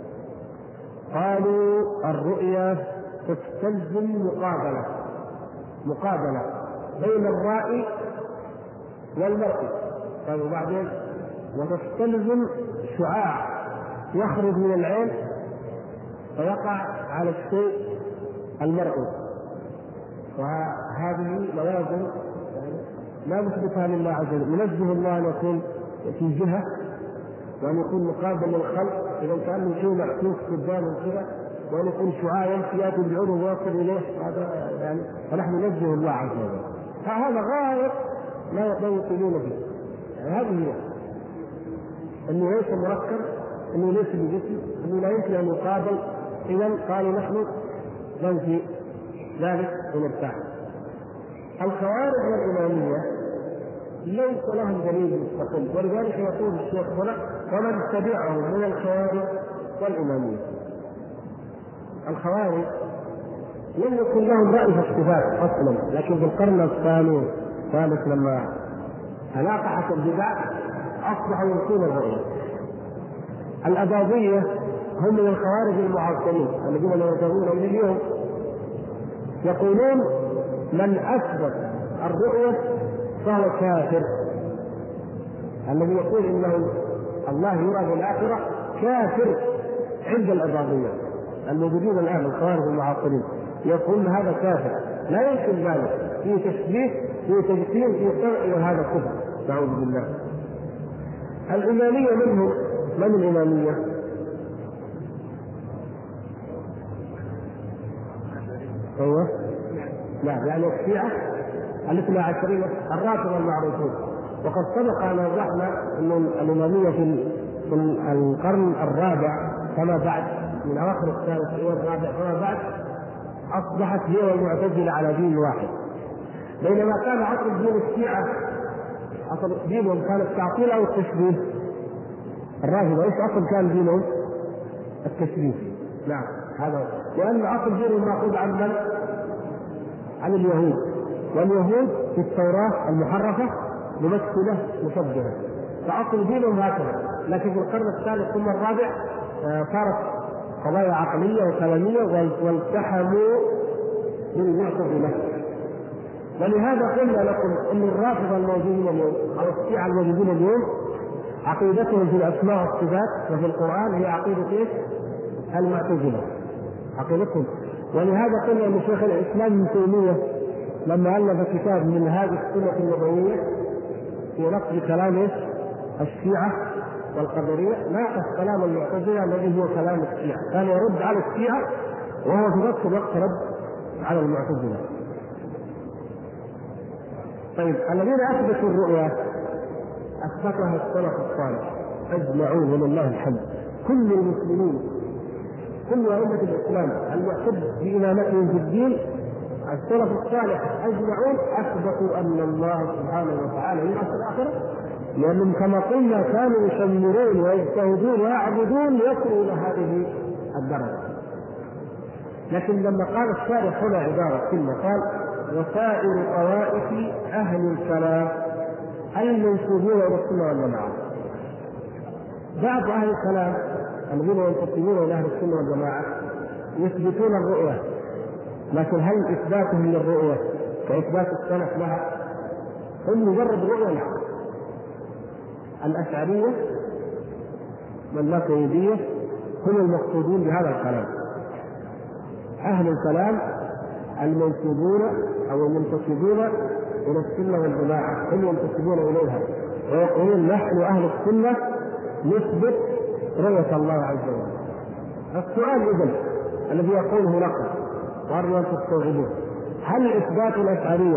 قالوا الرؤيا تستلزم مقابله مقابله بين الرائي والمرئي. قالوا بعدين وتستلزم شعاع يخرج من العين فيقع على الشيء المرئي، وهذه لوازم لا نثبتها لله عز وجل. ينزه الله أن يكون في جهة وأن يكون مقابل للخلق إذا كان شيء محسوس قدامه كذا، وأن يكون شعاع يمشي يأتي بعضو ويصل إليه، هذا يعني فنحن ننزه الله عز وجل. فهذا غاية لا يقولون به. يعني هذه هي أنه ليس مركب، أنه ليس بجسم، أنه لا يمكن أن يقابل. إذا قالوا نحن ننفي ذلك ونرتاح. الخوارج والإمامية ليس لهم دليل مستقل، ولذلك يقول الشيخ هنا ومن تبعهم من الخوارج والإمامية. الخوارج لم يكن لهم رأي في الصفات أصلا، لكن في القرن الثاني الثالث لما تلاقحت البدع أصبحوا ينكرون الرؤية. الأباضية هم من الخوارج المعاصرين الذين لا يدعون إلى اليوم، يقولون من أثبت الرؤية فهو كافر. الذي يقول إنه الله يرى في الآخرة كافر عند الأباضية الموجودين الآن الخوارج المعاصرين، يقول هذا كافر لا يمكن ذلك، في تشبيه في تجسيم في طرق، وهذا كفر نعوذ بالله. الإمامية منهم من الإمامية؟ أيوه لا يعني الشيعة الاثنى عشرية الرافضة المعروفون. وقد سبق أن وضحنا أن الإمامية في القرن الرابع فما بعد، من أواخر الثالث إلى الرابع فما بعد، أصبحت هي والمعتزلة على دين واحد. بينما كان أصل دين الشيعة أصل دينهم كان التعطيل أو التشبيه. الرافضة إيش أصل كان دينهم؟ التشبيه. نعم هذا، لأن أصل دينهم مأخوذ عن من؟ عن اليهود، واليهود في التوراة المحرفة ممثلة مشبهة، فأصل دينهم هكذا. لكن في القرن الثالث ثم الرابع صارت قضايا عقلية وكلامية والتحموا بالمعتزلة. ولهذا قلنا لكم أن الرافضة الموجودين اليوم أو الشيعة الموجودين اليوم عقيدتهم في الأسماء والصفات وفي القرآن هي عقيدة إيش؟ المعتزلة عقيدتهم. ولهذا قلنا أن شيخ الإسلام ابن تيمية لما ألف كتاب من هذه السنة النبوية في نقد كلام الشيعة والقدرية ناقش كلام المعتزلة الذي هو كلام الشيعة، كان يرد على الشيعة وهو في نفس الوقت رد على المعتزلة. طيب الذين أثبتوا الرؤيا أثبتها السلف الصالح أجمعون ولله الحمد. كل المسلمين كل أئمة الإسلام المعتد بإمامتهم في الدين السلف الصالح أجمعون أثبتوا أن الله سبحانه وتعالى يبعث الآخرة، لأنهم كما قلنا كانوا يشمرون ويجتهدون ويعبدون ليصلوا إلى هذه الدرجة. لكن لما قال الشارح هنا عبارة كلمة قال وسائر طوائف أهل الكلام المنسوبون إلى السنة والجماعة. بعض أهل الكلام الذين ينتسبون إلى أهل السنة والجماعة يثبتون الرؤية، لكن هل إثباتهم للرؤية كإثبات السلف لها؟ هم مجرد رؤية. الأشعرية والماتريدية هم المقصودون بهذا الكلام. أهل الكلام المنسوبون أو المنتسبون إلى السنة والجماعة هم ينتسبون إليها ويقولون نحن أهل السنة نثبت رؤية الله عز وجل. السؤال إذن الذي يقوله لكم وأرجو أن تستوعبوه، هل إثبات الأشعرية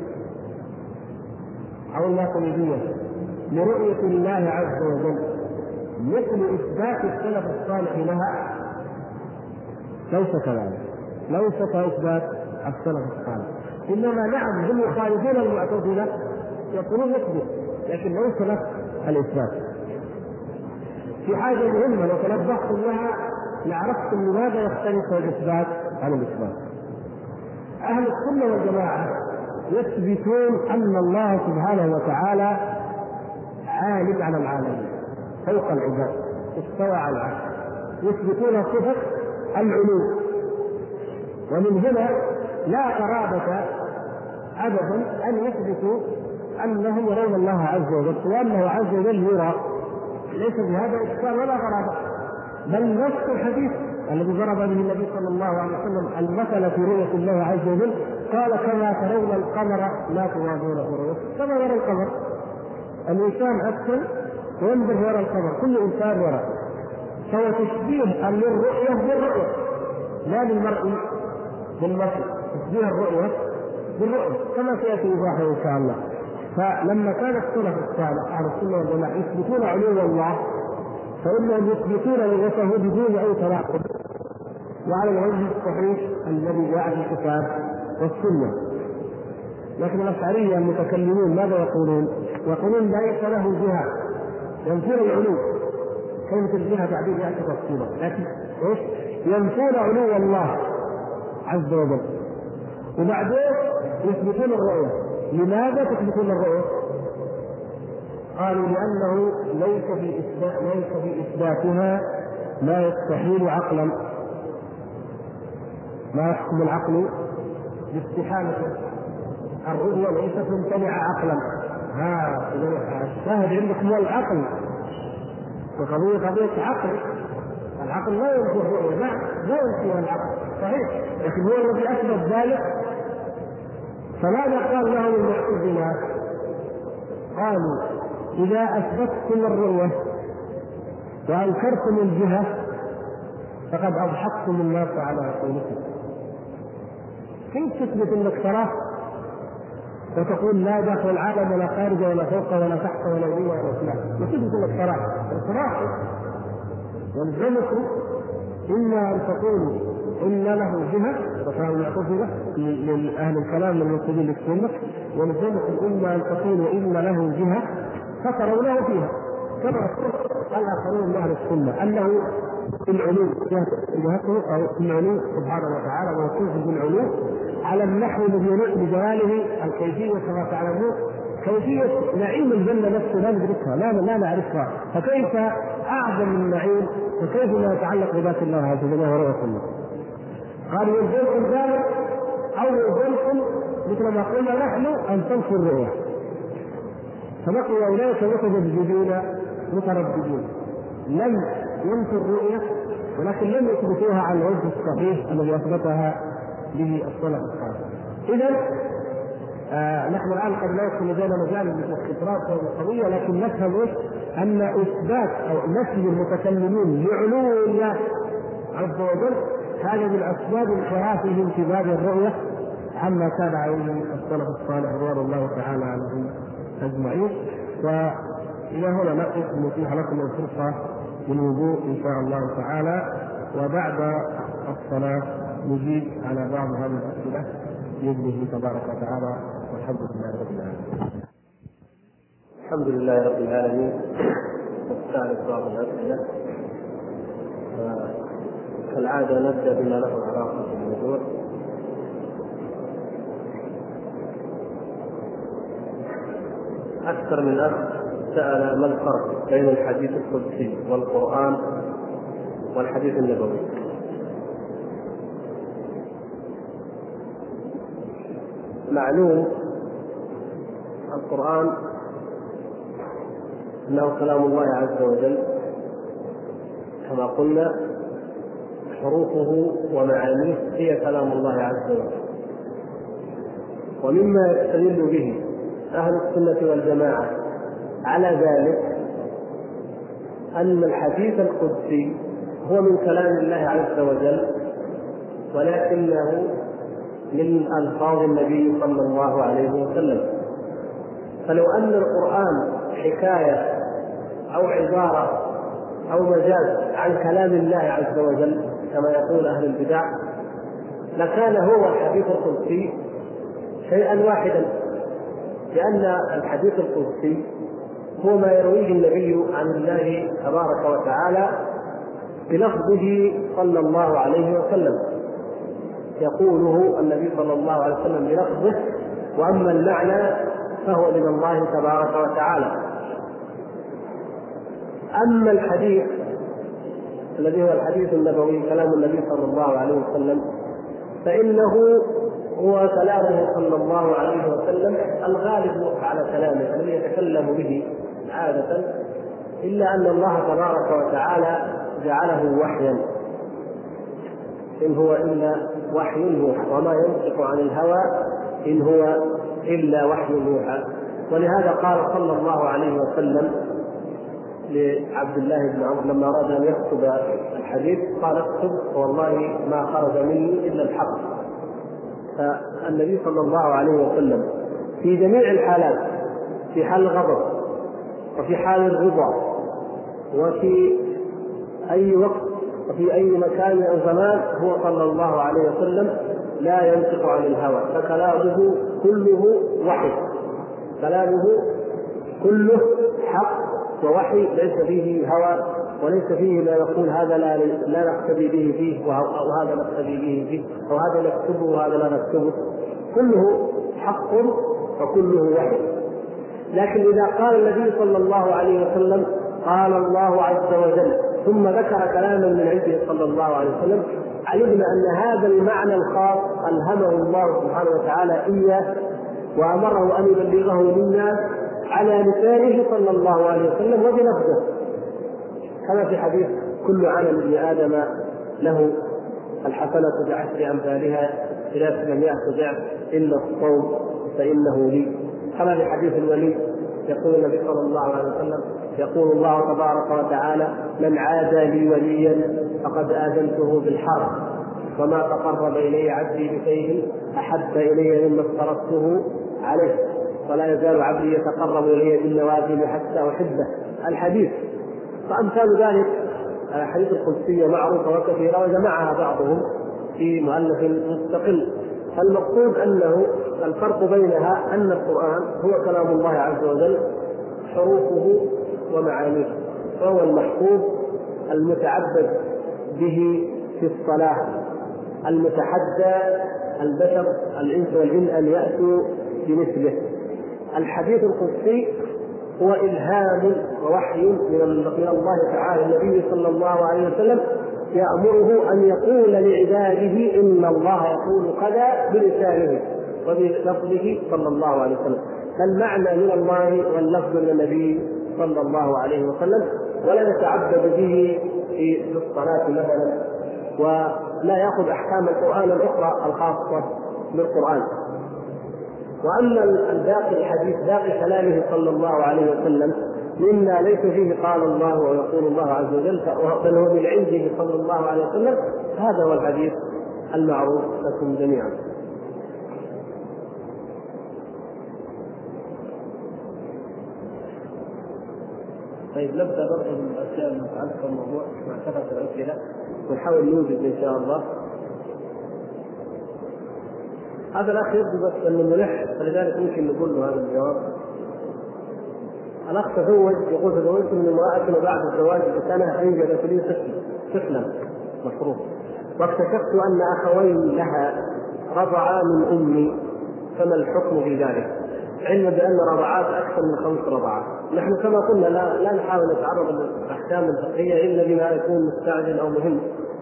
أو الماتريدية لرؤية الله عز وجل مثل إثبات السلف الصالح لها؟ ليس كذلك، ليس كإثبات السلف الصالح، إنما نعم هم يخالفون المعتزلة يقولون يثبت لكن ليس نفس الإثبات. في حاجة مهمة لو تنبهتم لها لعرفتم لماذا يختلف الإثبات عن الإثبات. أهل السنة والجماعة يثبتون أن الله سبحانه وتعالى عالٍ على العالمين فوق العباد استوى على العرش، يثبتون صفة العلو. ومن هنا لا قرابة أبدا أن يثبتوا أنهم يرون الله عز وجل وأنه عز وجل يرى، ليس بهذا إشكال ولا غرابة، بل نفس الحديث الذي ضرب به النبي صلى الله عليه وسلم المثل في رؤية الله عز وجل، قال كما ترون القمر لا تضامون في رؤيته، كما يرى القمر. الإنسان أكثر وينظر يرى القمر، كل إنسان يرى، فهو تشبيه للرؤية بالرؤية لا للمرء بالمرء، تشبيه الرؤية بالرؤية كما سيأتي إيضاحه إن شاء الله. فلما كان السلف الصالح أهل السنة والجماعة يثبتون علو الله فإنهم يثبتون رؤيته بدون أي تناقض وعلى الوجه الصحيح الذي جاء في الكتاب والسنة. لكن الأشعرية المتكلمون ماذا يقولون؟ يقولون ليس له جهة، ينفون العلو، كلمة الجهة تعبير يأتي تفصيلا، لكن إيش؟ ينفون علو الله عز وجل، وبعدين يثبتون الرؤية. لماذا تثبتون الرؤية؟ قالوا لأنه ليس في إثبات ليس في إثباتها ما يستحيل عقلا، ما يحكم العقل باستحالته. الرؤية ليست ممتنعة عقلا، ها الشاهد عندكم هو العقل، وقضية قضية عقل، العقل لا ينفي الرؤية، لا لا ينفيها العقل صحيح، لكن هو الذي أثبت ذلك. فماذا قال له المعتزلة؟ قالوا إذا أثبتتم الرؤية وأنكرتم الجهة فقد أضحكتم الناس على عقولكم. كيف تثبت انك تراه وتقول لا داخل العالم ولا خارج ولا فوق ولا تحت ولا يمين ولا شمال؟ وتثبت انك تراه الصراحه. يلزمكم اما ان تقولوا ان له جهه وكانوا المعتزله من اهل الكلام المنسوبين للسنه، يلزمكم اما ان تقولوا ان له جهه فترونه فيها كما يقول الاخرون من اهل السنه انه في العلو جهته او في العلو سبحانه وتعالى ويكون في العلو على النحو الذي يليق بجلاله. الكيفيه كما تعلمون كيفيه نعيم الجنه نفسه لا ندركها، لا لا نعرفها، فكيف اعظم النعيم وكيف ما يتعلق بذات الله عز وجل ورؤيه الله. قالوا يلزمكم ذلك او يلزمكم مثل ما قلنا نحن ان تنفوا الرؤيه. فبقي اولئك متجددين مترددين لم ينفوا الرؤيه ولكن لم يثبتوها على الوجه الصحيح الذي اثبتها به السلف الصالح. اذا آه نحن الان قد لا يكون لدينا مجال للاستطراد في هذه القضيه، لكن نفهم ان اثبات او نفي المتكلمين لعلو الله عز وجل هذا من اسباب انحرافهم في باب الرؤيه عما كان عليه السلف الصالح رضوان الله تعالى عليهم اجمعين. والى هنا نقف نتيح لكم الفرصه للوضوء ان شاء الله تعالى، وبعد الصلاه نجيب على بعض هذه الاسئله باذنه تبارك وتعالى، والحمد لله رب العالمين. الحمد لله رب العالمين. نستعرض بعض الاسئله كالعاده، نبدا بما له علاقه بالموضوع. اكثر من اخ سال ما الفرق بين الحديث القدسي والقران والحديث النبوي. معلوم القرآن أنه كلام الله عز وجل كما قلنا، حروفه ومعانيه هي كلام الله عز وجل. ومما يستدل به أهل السنة والجماعة على ذلك أن الحديث القدسي هو من كلام الله عز وجل، ولكنه من ألفاظ النبي صلى الله عليه وسلم. فلو أن القرآن حكاية أو عبارة أو مجاز عن كلام الله عز وجل كما يقول أهل البدع لكان هو الحديث القدسي شيئا واحدا، لأن الحديث القدسي هو ما يرويه النبي عن الله تبارك وتعالى بلفظه صلى الله عليه وسلم، يقوله النبي صلى الله عليه وسلم بلفظه، وأما المعنى فهو من الله تبارك وتعالى. أما الحديث الذي هو الحديث النبوي كلام النبي صلى الله عليه وسلم فإنه هو كلامه صلى الله عليه وسلم الغالب على كلامه الذي يتكلم به عادة، إلا أن الله تبارك وتعالى جعله وحيا، إن هو إلا وحي يوحى، وما ينطق عن الهوى إن هو إلا وحي يوحى. ولهذا قال صلى الله عليه وسلم لعبد الله بن عمرو لما أراد أن يكتب الحديث قال اكتب والله ما خرج مني إلا الحق. فالنبي صلى الله عليه وسلم في جميع الحالات، في حال الغضب وفي حال الرضا وفي أي وقت وفي أي مكان أو زمان، هو صلى الله عليه وسلم لا ينطق عن الهوى، فكلامه كله وحي، كلامه كله حق ووحي، ليس فيه هوى وليس فيه ما يقول هذا لا لا نقتدي به فيه وهذا نقتدي به فيه أو هذا نكتبه وهذا لا نكتبه، كله حق وكله وحي. لكن إذا قال النبي صلى الله عليه وسلم قال الله عز وجل ثم ذكر كلاما من عنده صلى الله عليه وسلم، علمنا أن هذا المعنى الخاص ألهمه الله سبحانه وتعالى إياه وأمره أن يبلغه للناس على لسانه صلى الله عليه وسلم وبلفظه، كما في حديث كل عمل ابن آدم له الحسنة بعشر أمثالها إلى ثمانمائة ضعف إلا الصوم فإنه لي، كما في حديث الولي يقول النبي صلى الله عليه وسلم يقول الله تبارك وتعالى من عادى لي وليا فقد آذنته بالحرب وما تقرب إلي عبدي بشيء أحب إلي مما افترضته عليه ولا يزال عبدي يتقرب إلي بالنوافل حتى أحبه. الحديث فأمثال ذلك حديث القدسية معروفة وكثيرة وجمعها بعضهم في مؤلف مستقل. المقصود أنه الفرق بينها أن القرآن هو كلام الله عز وجل حروفه ومعانيه، وهو المحفوظ المتعبد به في الصلاة، المتحدى البشر الإنس والجن أن يأتوا بمثله. الحديث القدسي هو إلهام ووحي من الله تعالى النبي صلى الله عليه وسلم يأمره أن يقول لعباده إن الله يقول كذا بلسانه وبلفظه صلى الله عليه وسلم، فالمعنى من الله واللفظ من النبي صلى الله عليه وسلم، ولا يتعبد به في الصلاة مثلا ولا يأخذ أحكام القرآن الأخرى الخاصة بالقرآن. وأما الباقي الحديث باقي كلامه صلى الله عليه وسلم مما ليس فيه قال الله ويقول الله عز وجل بل هو من عنده صلى الله عليه وسلم، هذا هو الحديث المعروف لكم جميعا. طيب نبدأ برضه من الأشياء المتعلقة بالموضوع مع كثرة الأسئلة ونحاول نوجد إن شاء الله. هذا الأخ يبدو بس أنه ملح فلذلك ممكن نقول له هذا الجواب. الأخ تزوج يقول تزوجت من امرأة وبعد الزواج بسنة أنجبت لي طفلا مشروط، واكتشفت أن أخوين لها رضعا من أمي، فما الحكم في ذلك؟ علما بأن رضعات أكثر من خمس رضعات. نحن كما قلنا لا, لا نحاول نتعرض للأحكام الفقهية إلا بما يكون مستعجل أو مهم.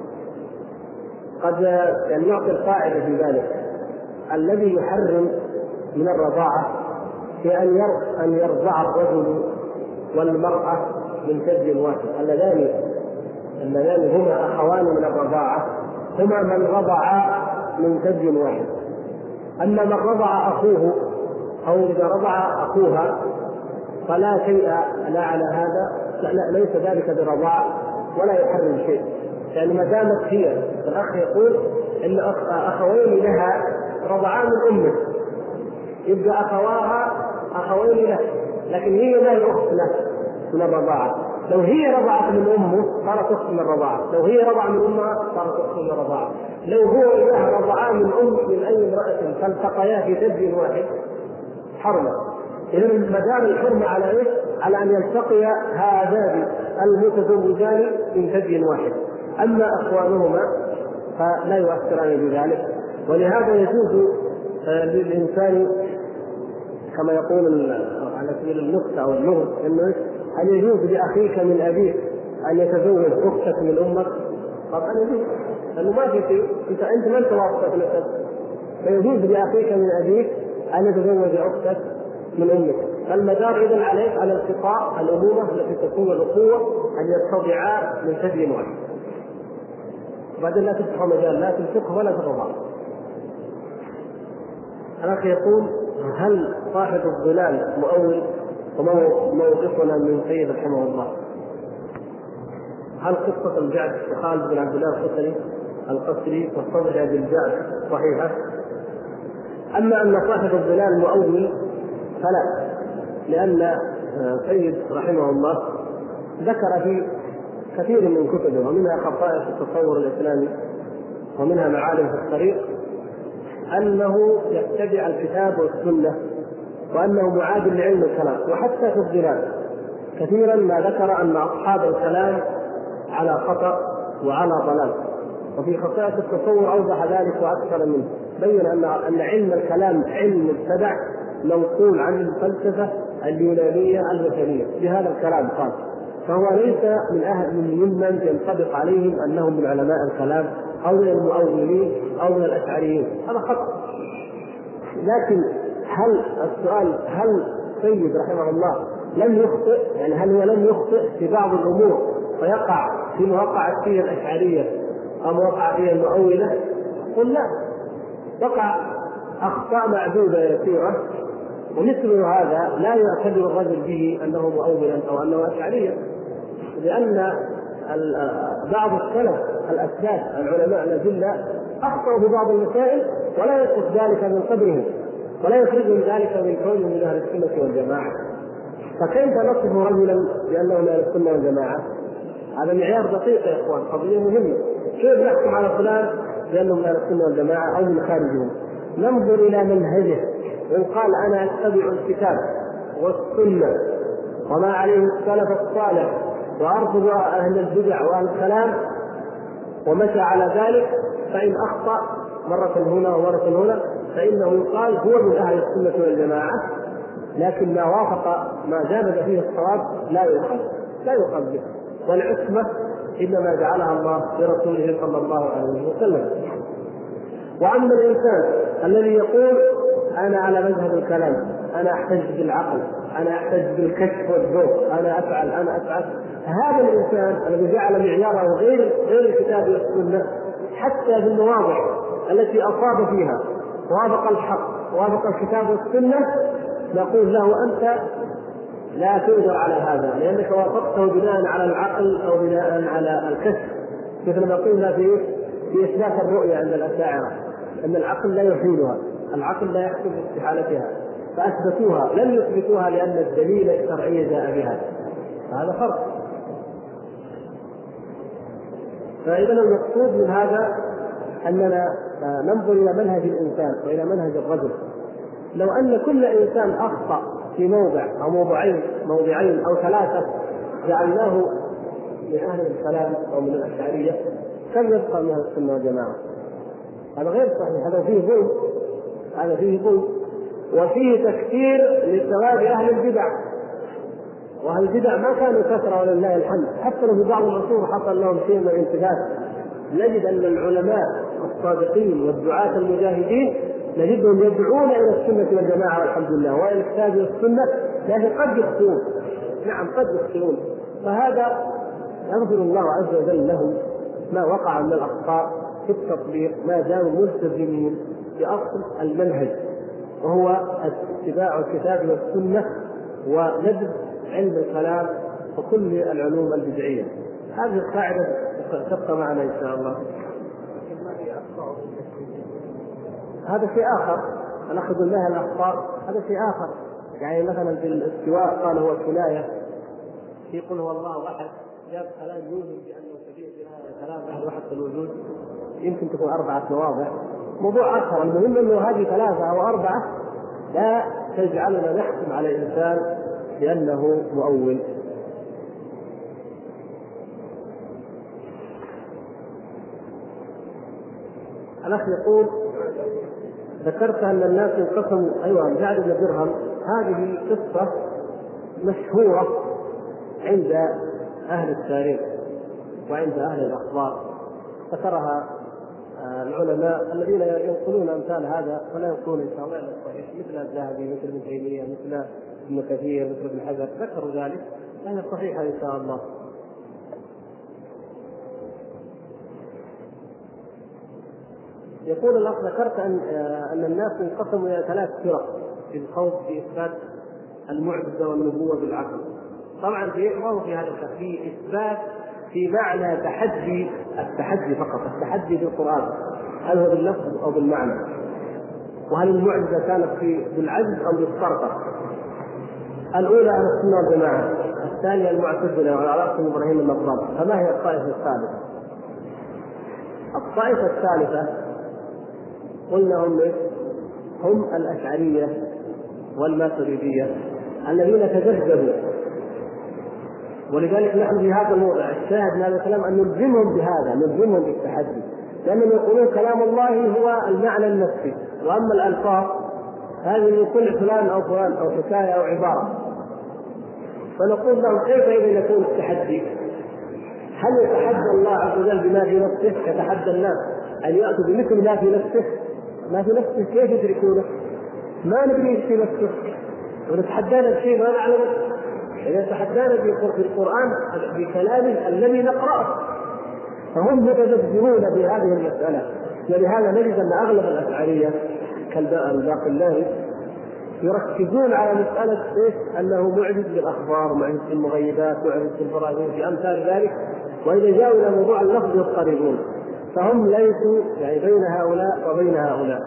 قد يعني نعطي القاعدة في ذلك: الذي يحرم من الرضاعة في أن أن يرضع الرجل والمرأة من ثدي واحد. اللذان اللذان هما أخوان من الرضاعة هما من رضعا من ثدي واحد. أما من رضع أخوه أو إذا رضع أخوها فلا شيء لا على هذا، لا ليس ذلك برضاع ولا يحرم شيء، يعني ما دامت هي الأخ يقول إن أخوين لها رضعان من أمه يبقى أخواها أخوين له، لكن هي ما هي أخت له من الرضاعة. لو هي رضعت من أمه صارت أخت من الرضاعة، لو هي رضع من أمها صارت أخت من الرضاعة. لو هو إذا رضعان من أم من أي امرأة فالتقيا في ثدي واحد حرمة. إذن مدار الحرمة على إيه؟ على أن يلتقي هذان المتزوجان من ثدي واحد. أما أخوانهما فلا يؤثران بذلك. ولهذا يجوز للإنسان كما يقول على سبيل النكتة أو اللغة إنه هل يجوز لأخيك من أبيك أن يتزوج أختك من أمك؟ طبعا يجوز، لأنه ما في شيء، أنت أنت ما أنت واثق نفسك، فيجوز لأخيك من أبيك أن يتزوج أختك من أمك. فالمدار إذن عليك على التقاء الأمومة التي تكون الأخوة أن يتضعا من ثدي واحد. وبعدين لا تفتحوا مجال لا في الفقه ولا في الرضاعة. الأخ يقول: هل صاحب الظلال مؤول؟ وموقفنا من سيد رحمه الله. هل قصة الجعد خالد بن عبد الله القسري القسري والصدر بالجعد صحيحة؟ أما أن صاحب الظلال مؤول فلا، لأن سيد رحمه الله ذكر في كثير من كتبه ومنها خصائص التصور الإسلامي ومنها معالم في الطريق أنه يتبع الكتاب والسنة وأنه معادل لعلم الكلام. وحتى في الظلال كثيرا ما ذكر أن أصحاب الكلام على خطأ وعلى ضلال، وفي خصائص التصور أوضح ذلك وأكثر منه، بين أن أن علم الكلام علم مبتدع منقول عن الفلسفة اليونانية البشرية بهذا الكلام قال، فهو ليس من أهل ممن ينطبق عليهم أنهم من علماء الكلام أو من المؤولين أو من الأشعريين، هذا خطأ. لكن هل السؤال هل سيد رحمه الله لم يخطئ؟ يعني هل هو لم يخطئ في بعض الأمور فيقع في مواقع فيها الأشعرية أو مواقع فيها المؤولة؟ قل لا، وقع أخطاء معدودة يسيرة، ومثل هذا لا يعتبر الرجل به أنه مؤولا أو أنه أشعريا، لأن بعض السلف الأسلاف العلماء الأجلاء أخطأوا في بعض المسائل ولا يسقط ذلك من قدرهم ولا يخرجهم ذلك من كونهم من أهل السنة والجماعة. فكيف نصف رجلا بأنه من أهل السنة والجماعة؟ هذا معيار دقيق يا إخوان، قضية مهمة. كيف نحكم على فلان بأنه من أهل السنة والجماعة أو من خارجهم؟ ننظر إلى منهجه، إن قال أنا أتبع الكتاب والسنة وما عليه السلف الصالح وأرفض أهل البدع وأهل الكلام ومشى على ذلك، فإن أخطأ مرة هنا ومرة هنا فإنه يقال هو من أهل السنة والجماعة، لكن ما وافق ما جانب فيه الصواب لا يؤخذ لا يؤخذ به، والعصمة إنما جعلها الله لرسوله صلى الله عليه وسلم. وأما الإنسان الذي يقول أنا على مذهب الكلام، أنا أحتج بالعقل، أنا أحتج بالكشف والذوق، أنا أفعل أنا أفعل هذا الإنسان الذي جعل معياره غير غير الكتاب والسنة حتى في المواضع التي أصاب فيها وافق الحق وافق الكتاب والسنة، نقول له أنت لا تؤجر على هذا، لأنك وافقته بناء على العقل أو بناء على الكشف، مثل ما قلنا في في إثبات الرؤية عند الأشاعرة أن العقل لا يحيلها، العقل لا يحكم باستحالتها، فأثبتوها لم يثبتوها لأن الدليل الشرعي جاء بها، فهذا فرق. فإذا المقصود من هذا أننا ننظر إلى منهج الإنسان وإلى منهج الرجل. لو أن كل إنسان أخطأ في موضع أو موضعين موضعين أو ثلاثة جعلناه من أهل الكلام أو من الأشعرية، كم يبقى من أهل السنة والجماعة؟ هذا غير صحيح، هذا فيه ظلم، هذا فيه ظلم وفيه تكثير لثواب أهل البدع. وأهل البدع ما كانوا كثرة ولله الحمد، حتى لو في بعض العصور حصل لهم شيء من الانتكاس. نجد أن العلماء الصادقين والدعاة المجاهدين نجدهم يدعون إلى السنة والجماعة والحمد لله وإلى الكتاب والسنة، لكن قد يخطئون، نعم قد يخطئون، فهذا يغفر الله عز وجل لهم ما وقع من الأخطاء في التطبيق ما داموا ملتزمين بأصل المنهج، وهو اتباع الكتاب والسنة ونبذ علم الكلام وكل العلوم البدعية. هذه القاعدة تبقى معنا إن شاء الله. هذا شيء آخر، نأخذ منها الأخطاء، هذا شيء آخر. يعني مثلا في الاستواء قال هو كناية، في قل هو الله أحد جاب كلام يوهم بأنه سبيل بهذا كلام أهل وحدة الوجود، يمكن تكون أربعة مواضع. موضوع آخر، المهم أنه هذه ثلاثة أو أربعة لا تجعلنا نحكم على الإنسان بأنه مؤول. الأخ يقول ذكرت أن الناس انقسموا، أيوة جعد بن درهم، هذه قصة مشهورة عند أهل التاريخ وعند أهل الأخبار، ذكرها العلماء الذين ينقلون أمثال هذا ولا ينقلون إن شاء الله إلا الصحيح، مثل الذهبي مثل ابن تيمية مثل ابن كثير مثل ابن حجر، ذكروا ذلك وهي صحيحة إن شاء الله. يقول الأخ ذكرت أن أن الناس انقسموا إلى ثلاث فرق في الخوض في إثبات المعجزة والنبوة بالعقل. طبعا في ما هو في هذا في إثبات في معنى تحدي، التحدي فقط، التحدي بالقرآن هل هو باللفظ أو بالمعنى، وهل المعجزة كانت في بالعجز أو بالسرقة. الأولى أهل السنة والجماعة، الثانية المعتزلة وعلى رأسهم إبراهيم النظام. فما هي الطائفة الثالثة؟ الطائفة الثالثة قلنا هم هم الأشعرية والماتريدية الذين تجذبوا، ولذلك نحن في هذا الموضع الشاهد من هذا الكلام أن نلزمهم بهذا، نلزمهم بالتحدي، لأنهم يقولون كلام الله هو المعنى النفسي، وأما الألفاظ هذه من كل فلان أو فلان أو حكاية أو عبارة. فنقول لهم كيف إذا يكون التحدي؟ هل يتحدى الله عز وجل بما في نفسه يتحدى الناس أن يأتوا بمثل ما في نفسه؟ ما في نفسه كيف يدركونه؟ ما ندري في نفسه، ونتحدانا بشيء ما نعلمه. إذا تحدانا في القرآن بكلامه الذي نقرأه، فهم يتذبذبون بهذه المسألة. ولهذا نجد أن أغلب الأشعرية كالباقلاني يركزون على مسألة إيش؟ أنه معجز بالأخبار، معجز بالمغيبات، معجز بالبراهين في أمثال ذلك. وإذا جاءوا إلى موضوع اللفظ يضطربون، فهم ليسوا يعني بين هؤلاء وبين هؤلاء.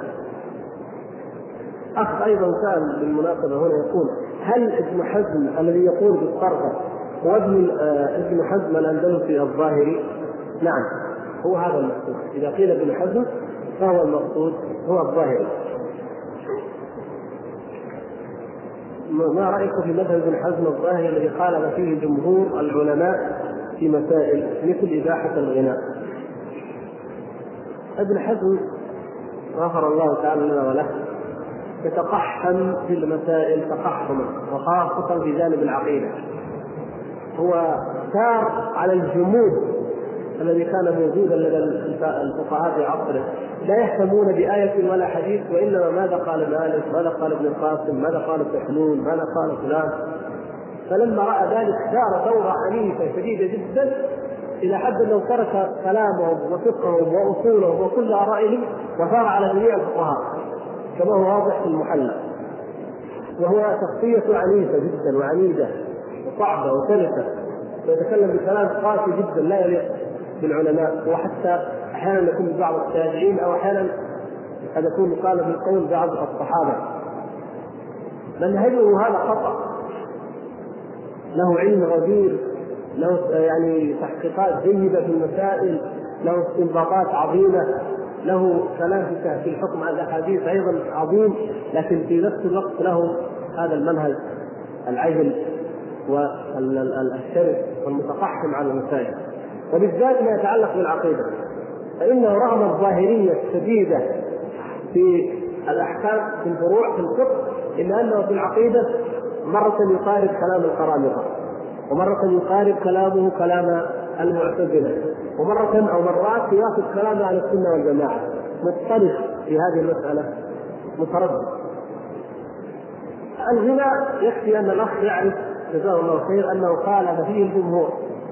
أخ أيضا سأل بالمناسبة هنا يقول: هل ابن حزم الذي يقول بالطرفة هو ابن ابن حزم الأندلسي الظاهري؟ نعم، هو هذا المقصود. إذا قيل ابن حزم فهو المقصود هو الظاهري. ما رأيكم في مذهب ابن حزم الظاهري الذي خالف فيه جمهور العلماء في مسائل مثل إباحة الغناء؟ ابن حزم غفر الله تعالى لنا وله يتقحم في المسائل تقحما، وخاصة في جانب العقيدة. هو سار على الجمود الذي كان موجودا لدى الفقهاء في عصره، لا يهتمون بآية ولا حديث، وإنما ماذا قال مالك، ماذا قال ابن القاسم، ماذا قال سحنون، ماذا قال فلان. فلما رأى ذلك دار ثورة عنيفة شديدة جدا، إلى حد أنه ترك كلامهم وفقههم وأصولهم وكل آرائهم وصار على جميع الفقهاء كما هو واضح في المحلى. وهو شخصية عنيفة جدا وعنيدة وصعبة وسلسة، ويتكلم بكلام قاسي جدا لا يليق بالعلماء، وحتى أحيانا يكون بعض التابعين أو أحيانا قد يكون يقال بالقول بعض الصحابة. منهجه هذا خطأ، له علم غزير، له يعني تحقيقات جيدة في المسائل، له استنباطات عظيمة، له كلام في الحكم على الأحاديث أيضا عظيم، لكن في نفس الوقت له هذا المنهج العجل والشرس والمتقحم على المسائل، وبالذات ما يتعلق بالعقيدة، فإنه رغم الظاهرية الشديدة في الأحكام في الفروع في الفقه، إلا أنه في العقيدة مرة يقارب كلام القرامطة، ومرة يقارب كلامه كلام المعتزلة، ومرة أو مرات يأخذ كلام أهل السنة والجماعة. مضطرب في هذه المسألة، متردد. الغناء يكفي أن الأخ يعرف جزاه الله خير أنه خالف فيه الجمهور،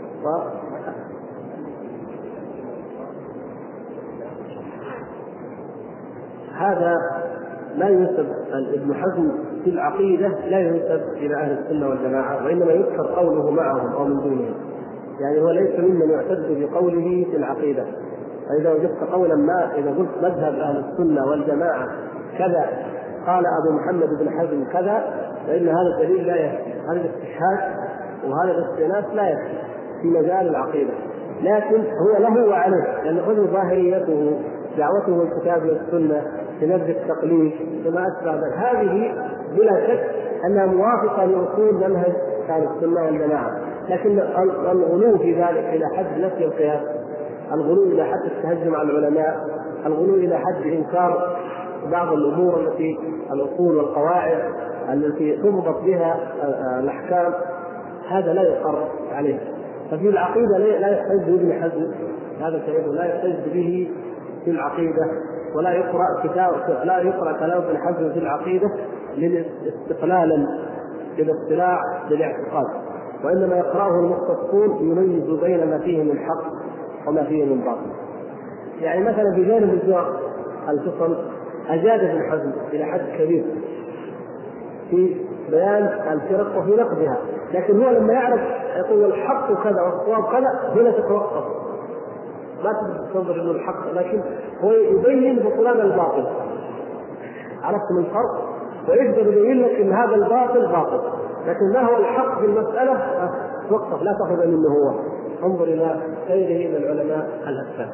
هذا لا ينسب ابن حزم في العقيدة، لا ينسب إلى أهل السنة والجماعة، وإنما يذكر قوله معهم أو من دونهم. يعني هو ليس ممن يعتد بقوله في العقيدة. فإذا وجدت قولا ما، إذا قلت مذهب أهل السنة والجماعة كذا، قال أبو محمد بن حزم كذا، فإن هذا الدليل لا يكفي، هذا الاستشهاد وهذا الاستئناس لا يكفي في مجال العقيدة. لكن هو له وعليه، لأن كل ظاهريته دعوته الكتاب والسنة بنبذ التقليد وما أشبه ذلك، هذه بلا شك أنها موافقة لأصول منهج أهل السنة والجماعة. لكن الغلو في ذلك إلى حد نفي القياس، الغلو إلى حد التهجم على العلماء، الغلو إلى حد إنكار بعض الأمور التي الأصول والقواعد التي تضبط بها الأحكام، هذا لا يقر عليه. ففي العقيدة لا يحتج بابن حزم، هذا الشيء لا يحتج به في العقيدة، ولا يقرأ كتاب لا يقرأ كلام ابن حزم في العقيدة للاستقلالا للاطلاع للاعتقاد، وإنما يقرأه المختصون يميز بين ما فيه من حق وما فيه من باطل. يعني مثلا في جانب الجوع الفصل أجاد ابن حزم إلى حد كبير في بيان الفرق وفي نقدها، لكن هو لما يعرف يقول الحق كذا والصواب كذا هنا تتوقف، ما تنظر انه الحق، لكن هو يبين بطلان الباطل. عرفتم الفرق؟ ويقدر يبين لك ان هذا الباطل باطل، لكن ما هو الحق في المسألة توقف، لا تأخذ منه هو، انظر الى غيره من العلماء الأكثر.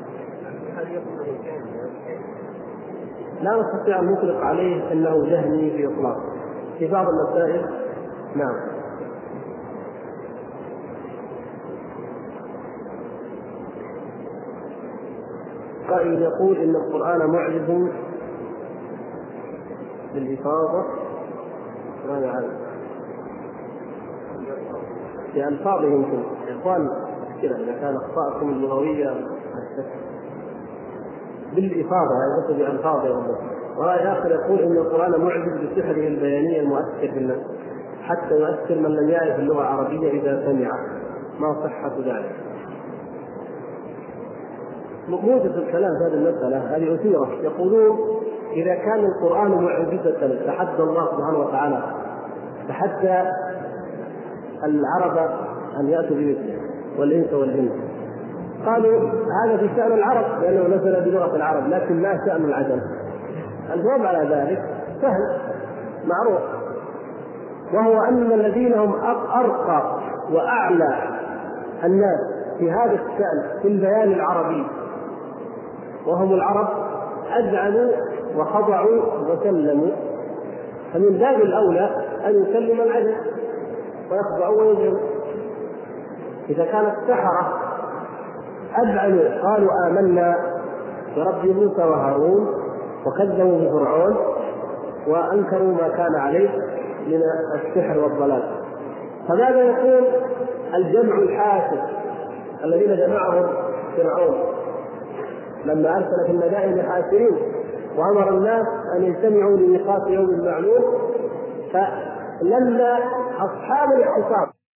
لا نستطيع ان نطلق عليه انه جهمي في اطلاق في بعض المسائل. نعم. قائل يقول ان القرآن معجز بالإفاضة ما يعلم بألفاظه، يمكن إخوان كذا إذا كان أخطاءكم اللغوية بالإفاضة يقصد بألفاظه يا رب. ورأي آخر يقول إن القرآن معجز بسحره البياني المؤثر بالناس حتى يؤثر من لم يعرف اللغة العربية إذا سمع. ما صحة ذلك؟ موجود في الكلام في هذه المسألة، هذه أثيرة. يقولون إذا كان القرآن معجزة تحدى الله سبحانه وتعالى، تحدى العرب أن يأتوا بمثله والإنس والجن، قالوا هذا في شأن العرب لأنه نزل بلغة العرب، لكن ما شأن العجم. الجواب على ذلك سهل معروف، وهو أن الذين هم أرقى وأعلى الناس في هذا الشأن في البيان العربي وهم العرب أذعنوا وخضعوا وسلموا، فمن باب الأولى أن يسلم العجم ويخضعوا ويذعنوا. إذا كانت السحرة أذعنوا قالوا آمنا برب موسى وهارون وكذبوا بفرعون وأنكروا ما كان عليه من السحر والضلال، فماذا يقول الجمع الحاسد الذين جمعهم فرعون لما أرسل في المدائن حاسرين وأمر الناس أن يجتمعوا لميقات يوم معلوم؟ فلما أصحاب الاعتصام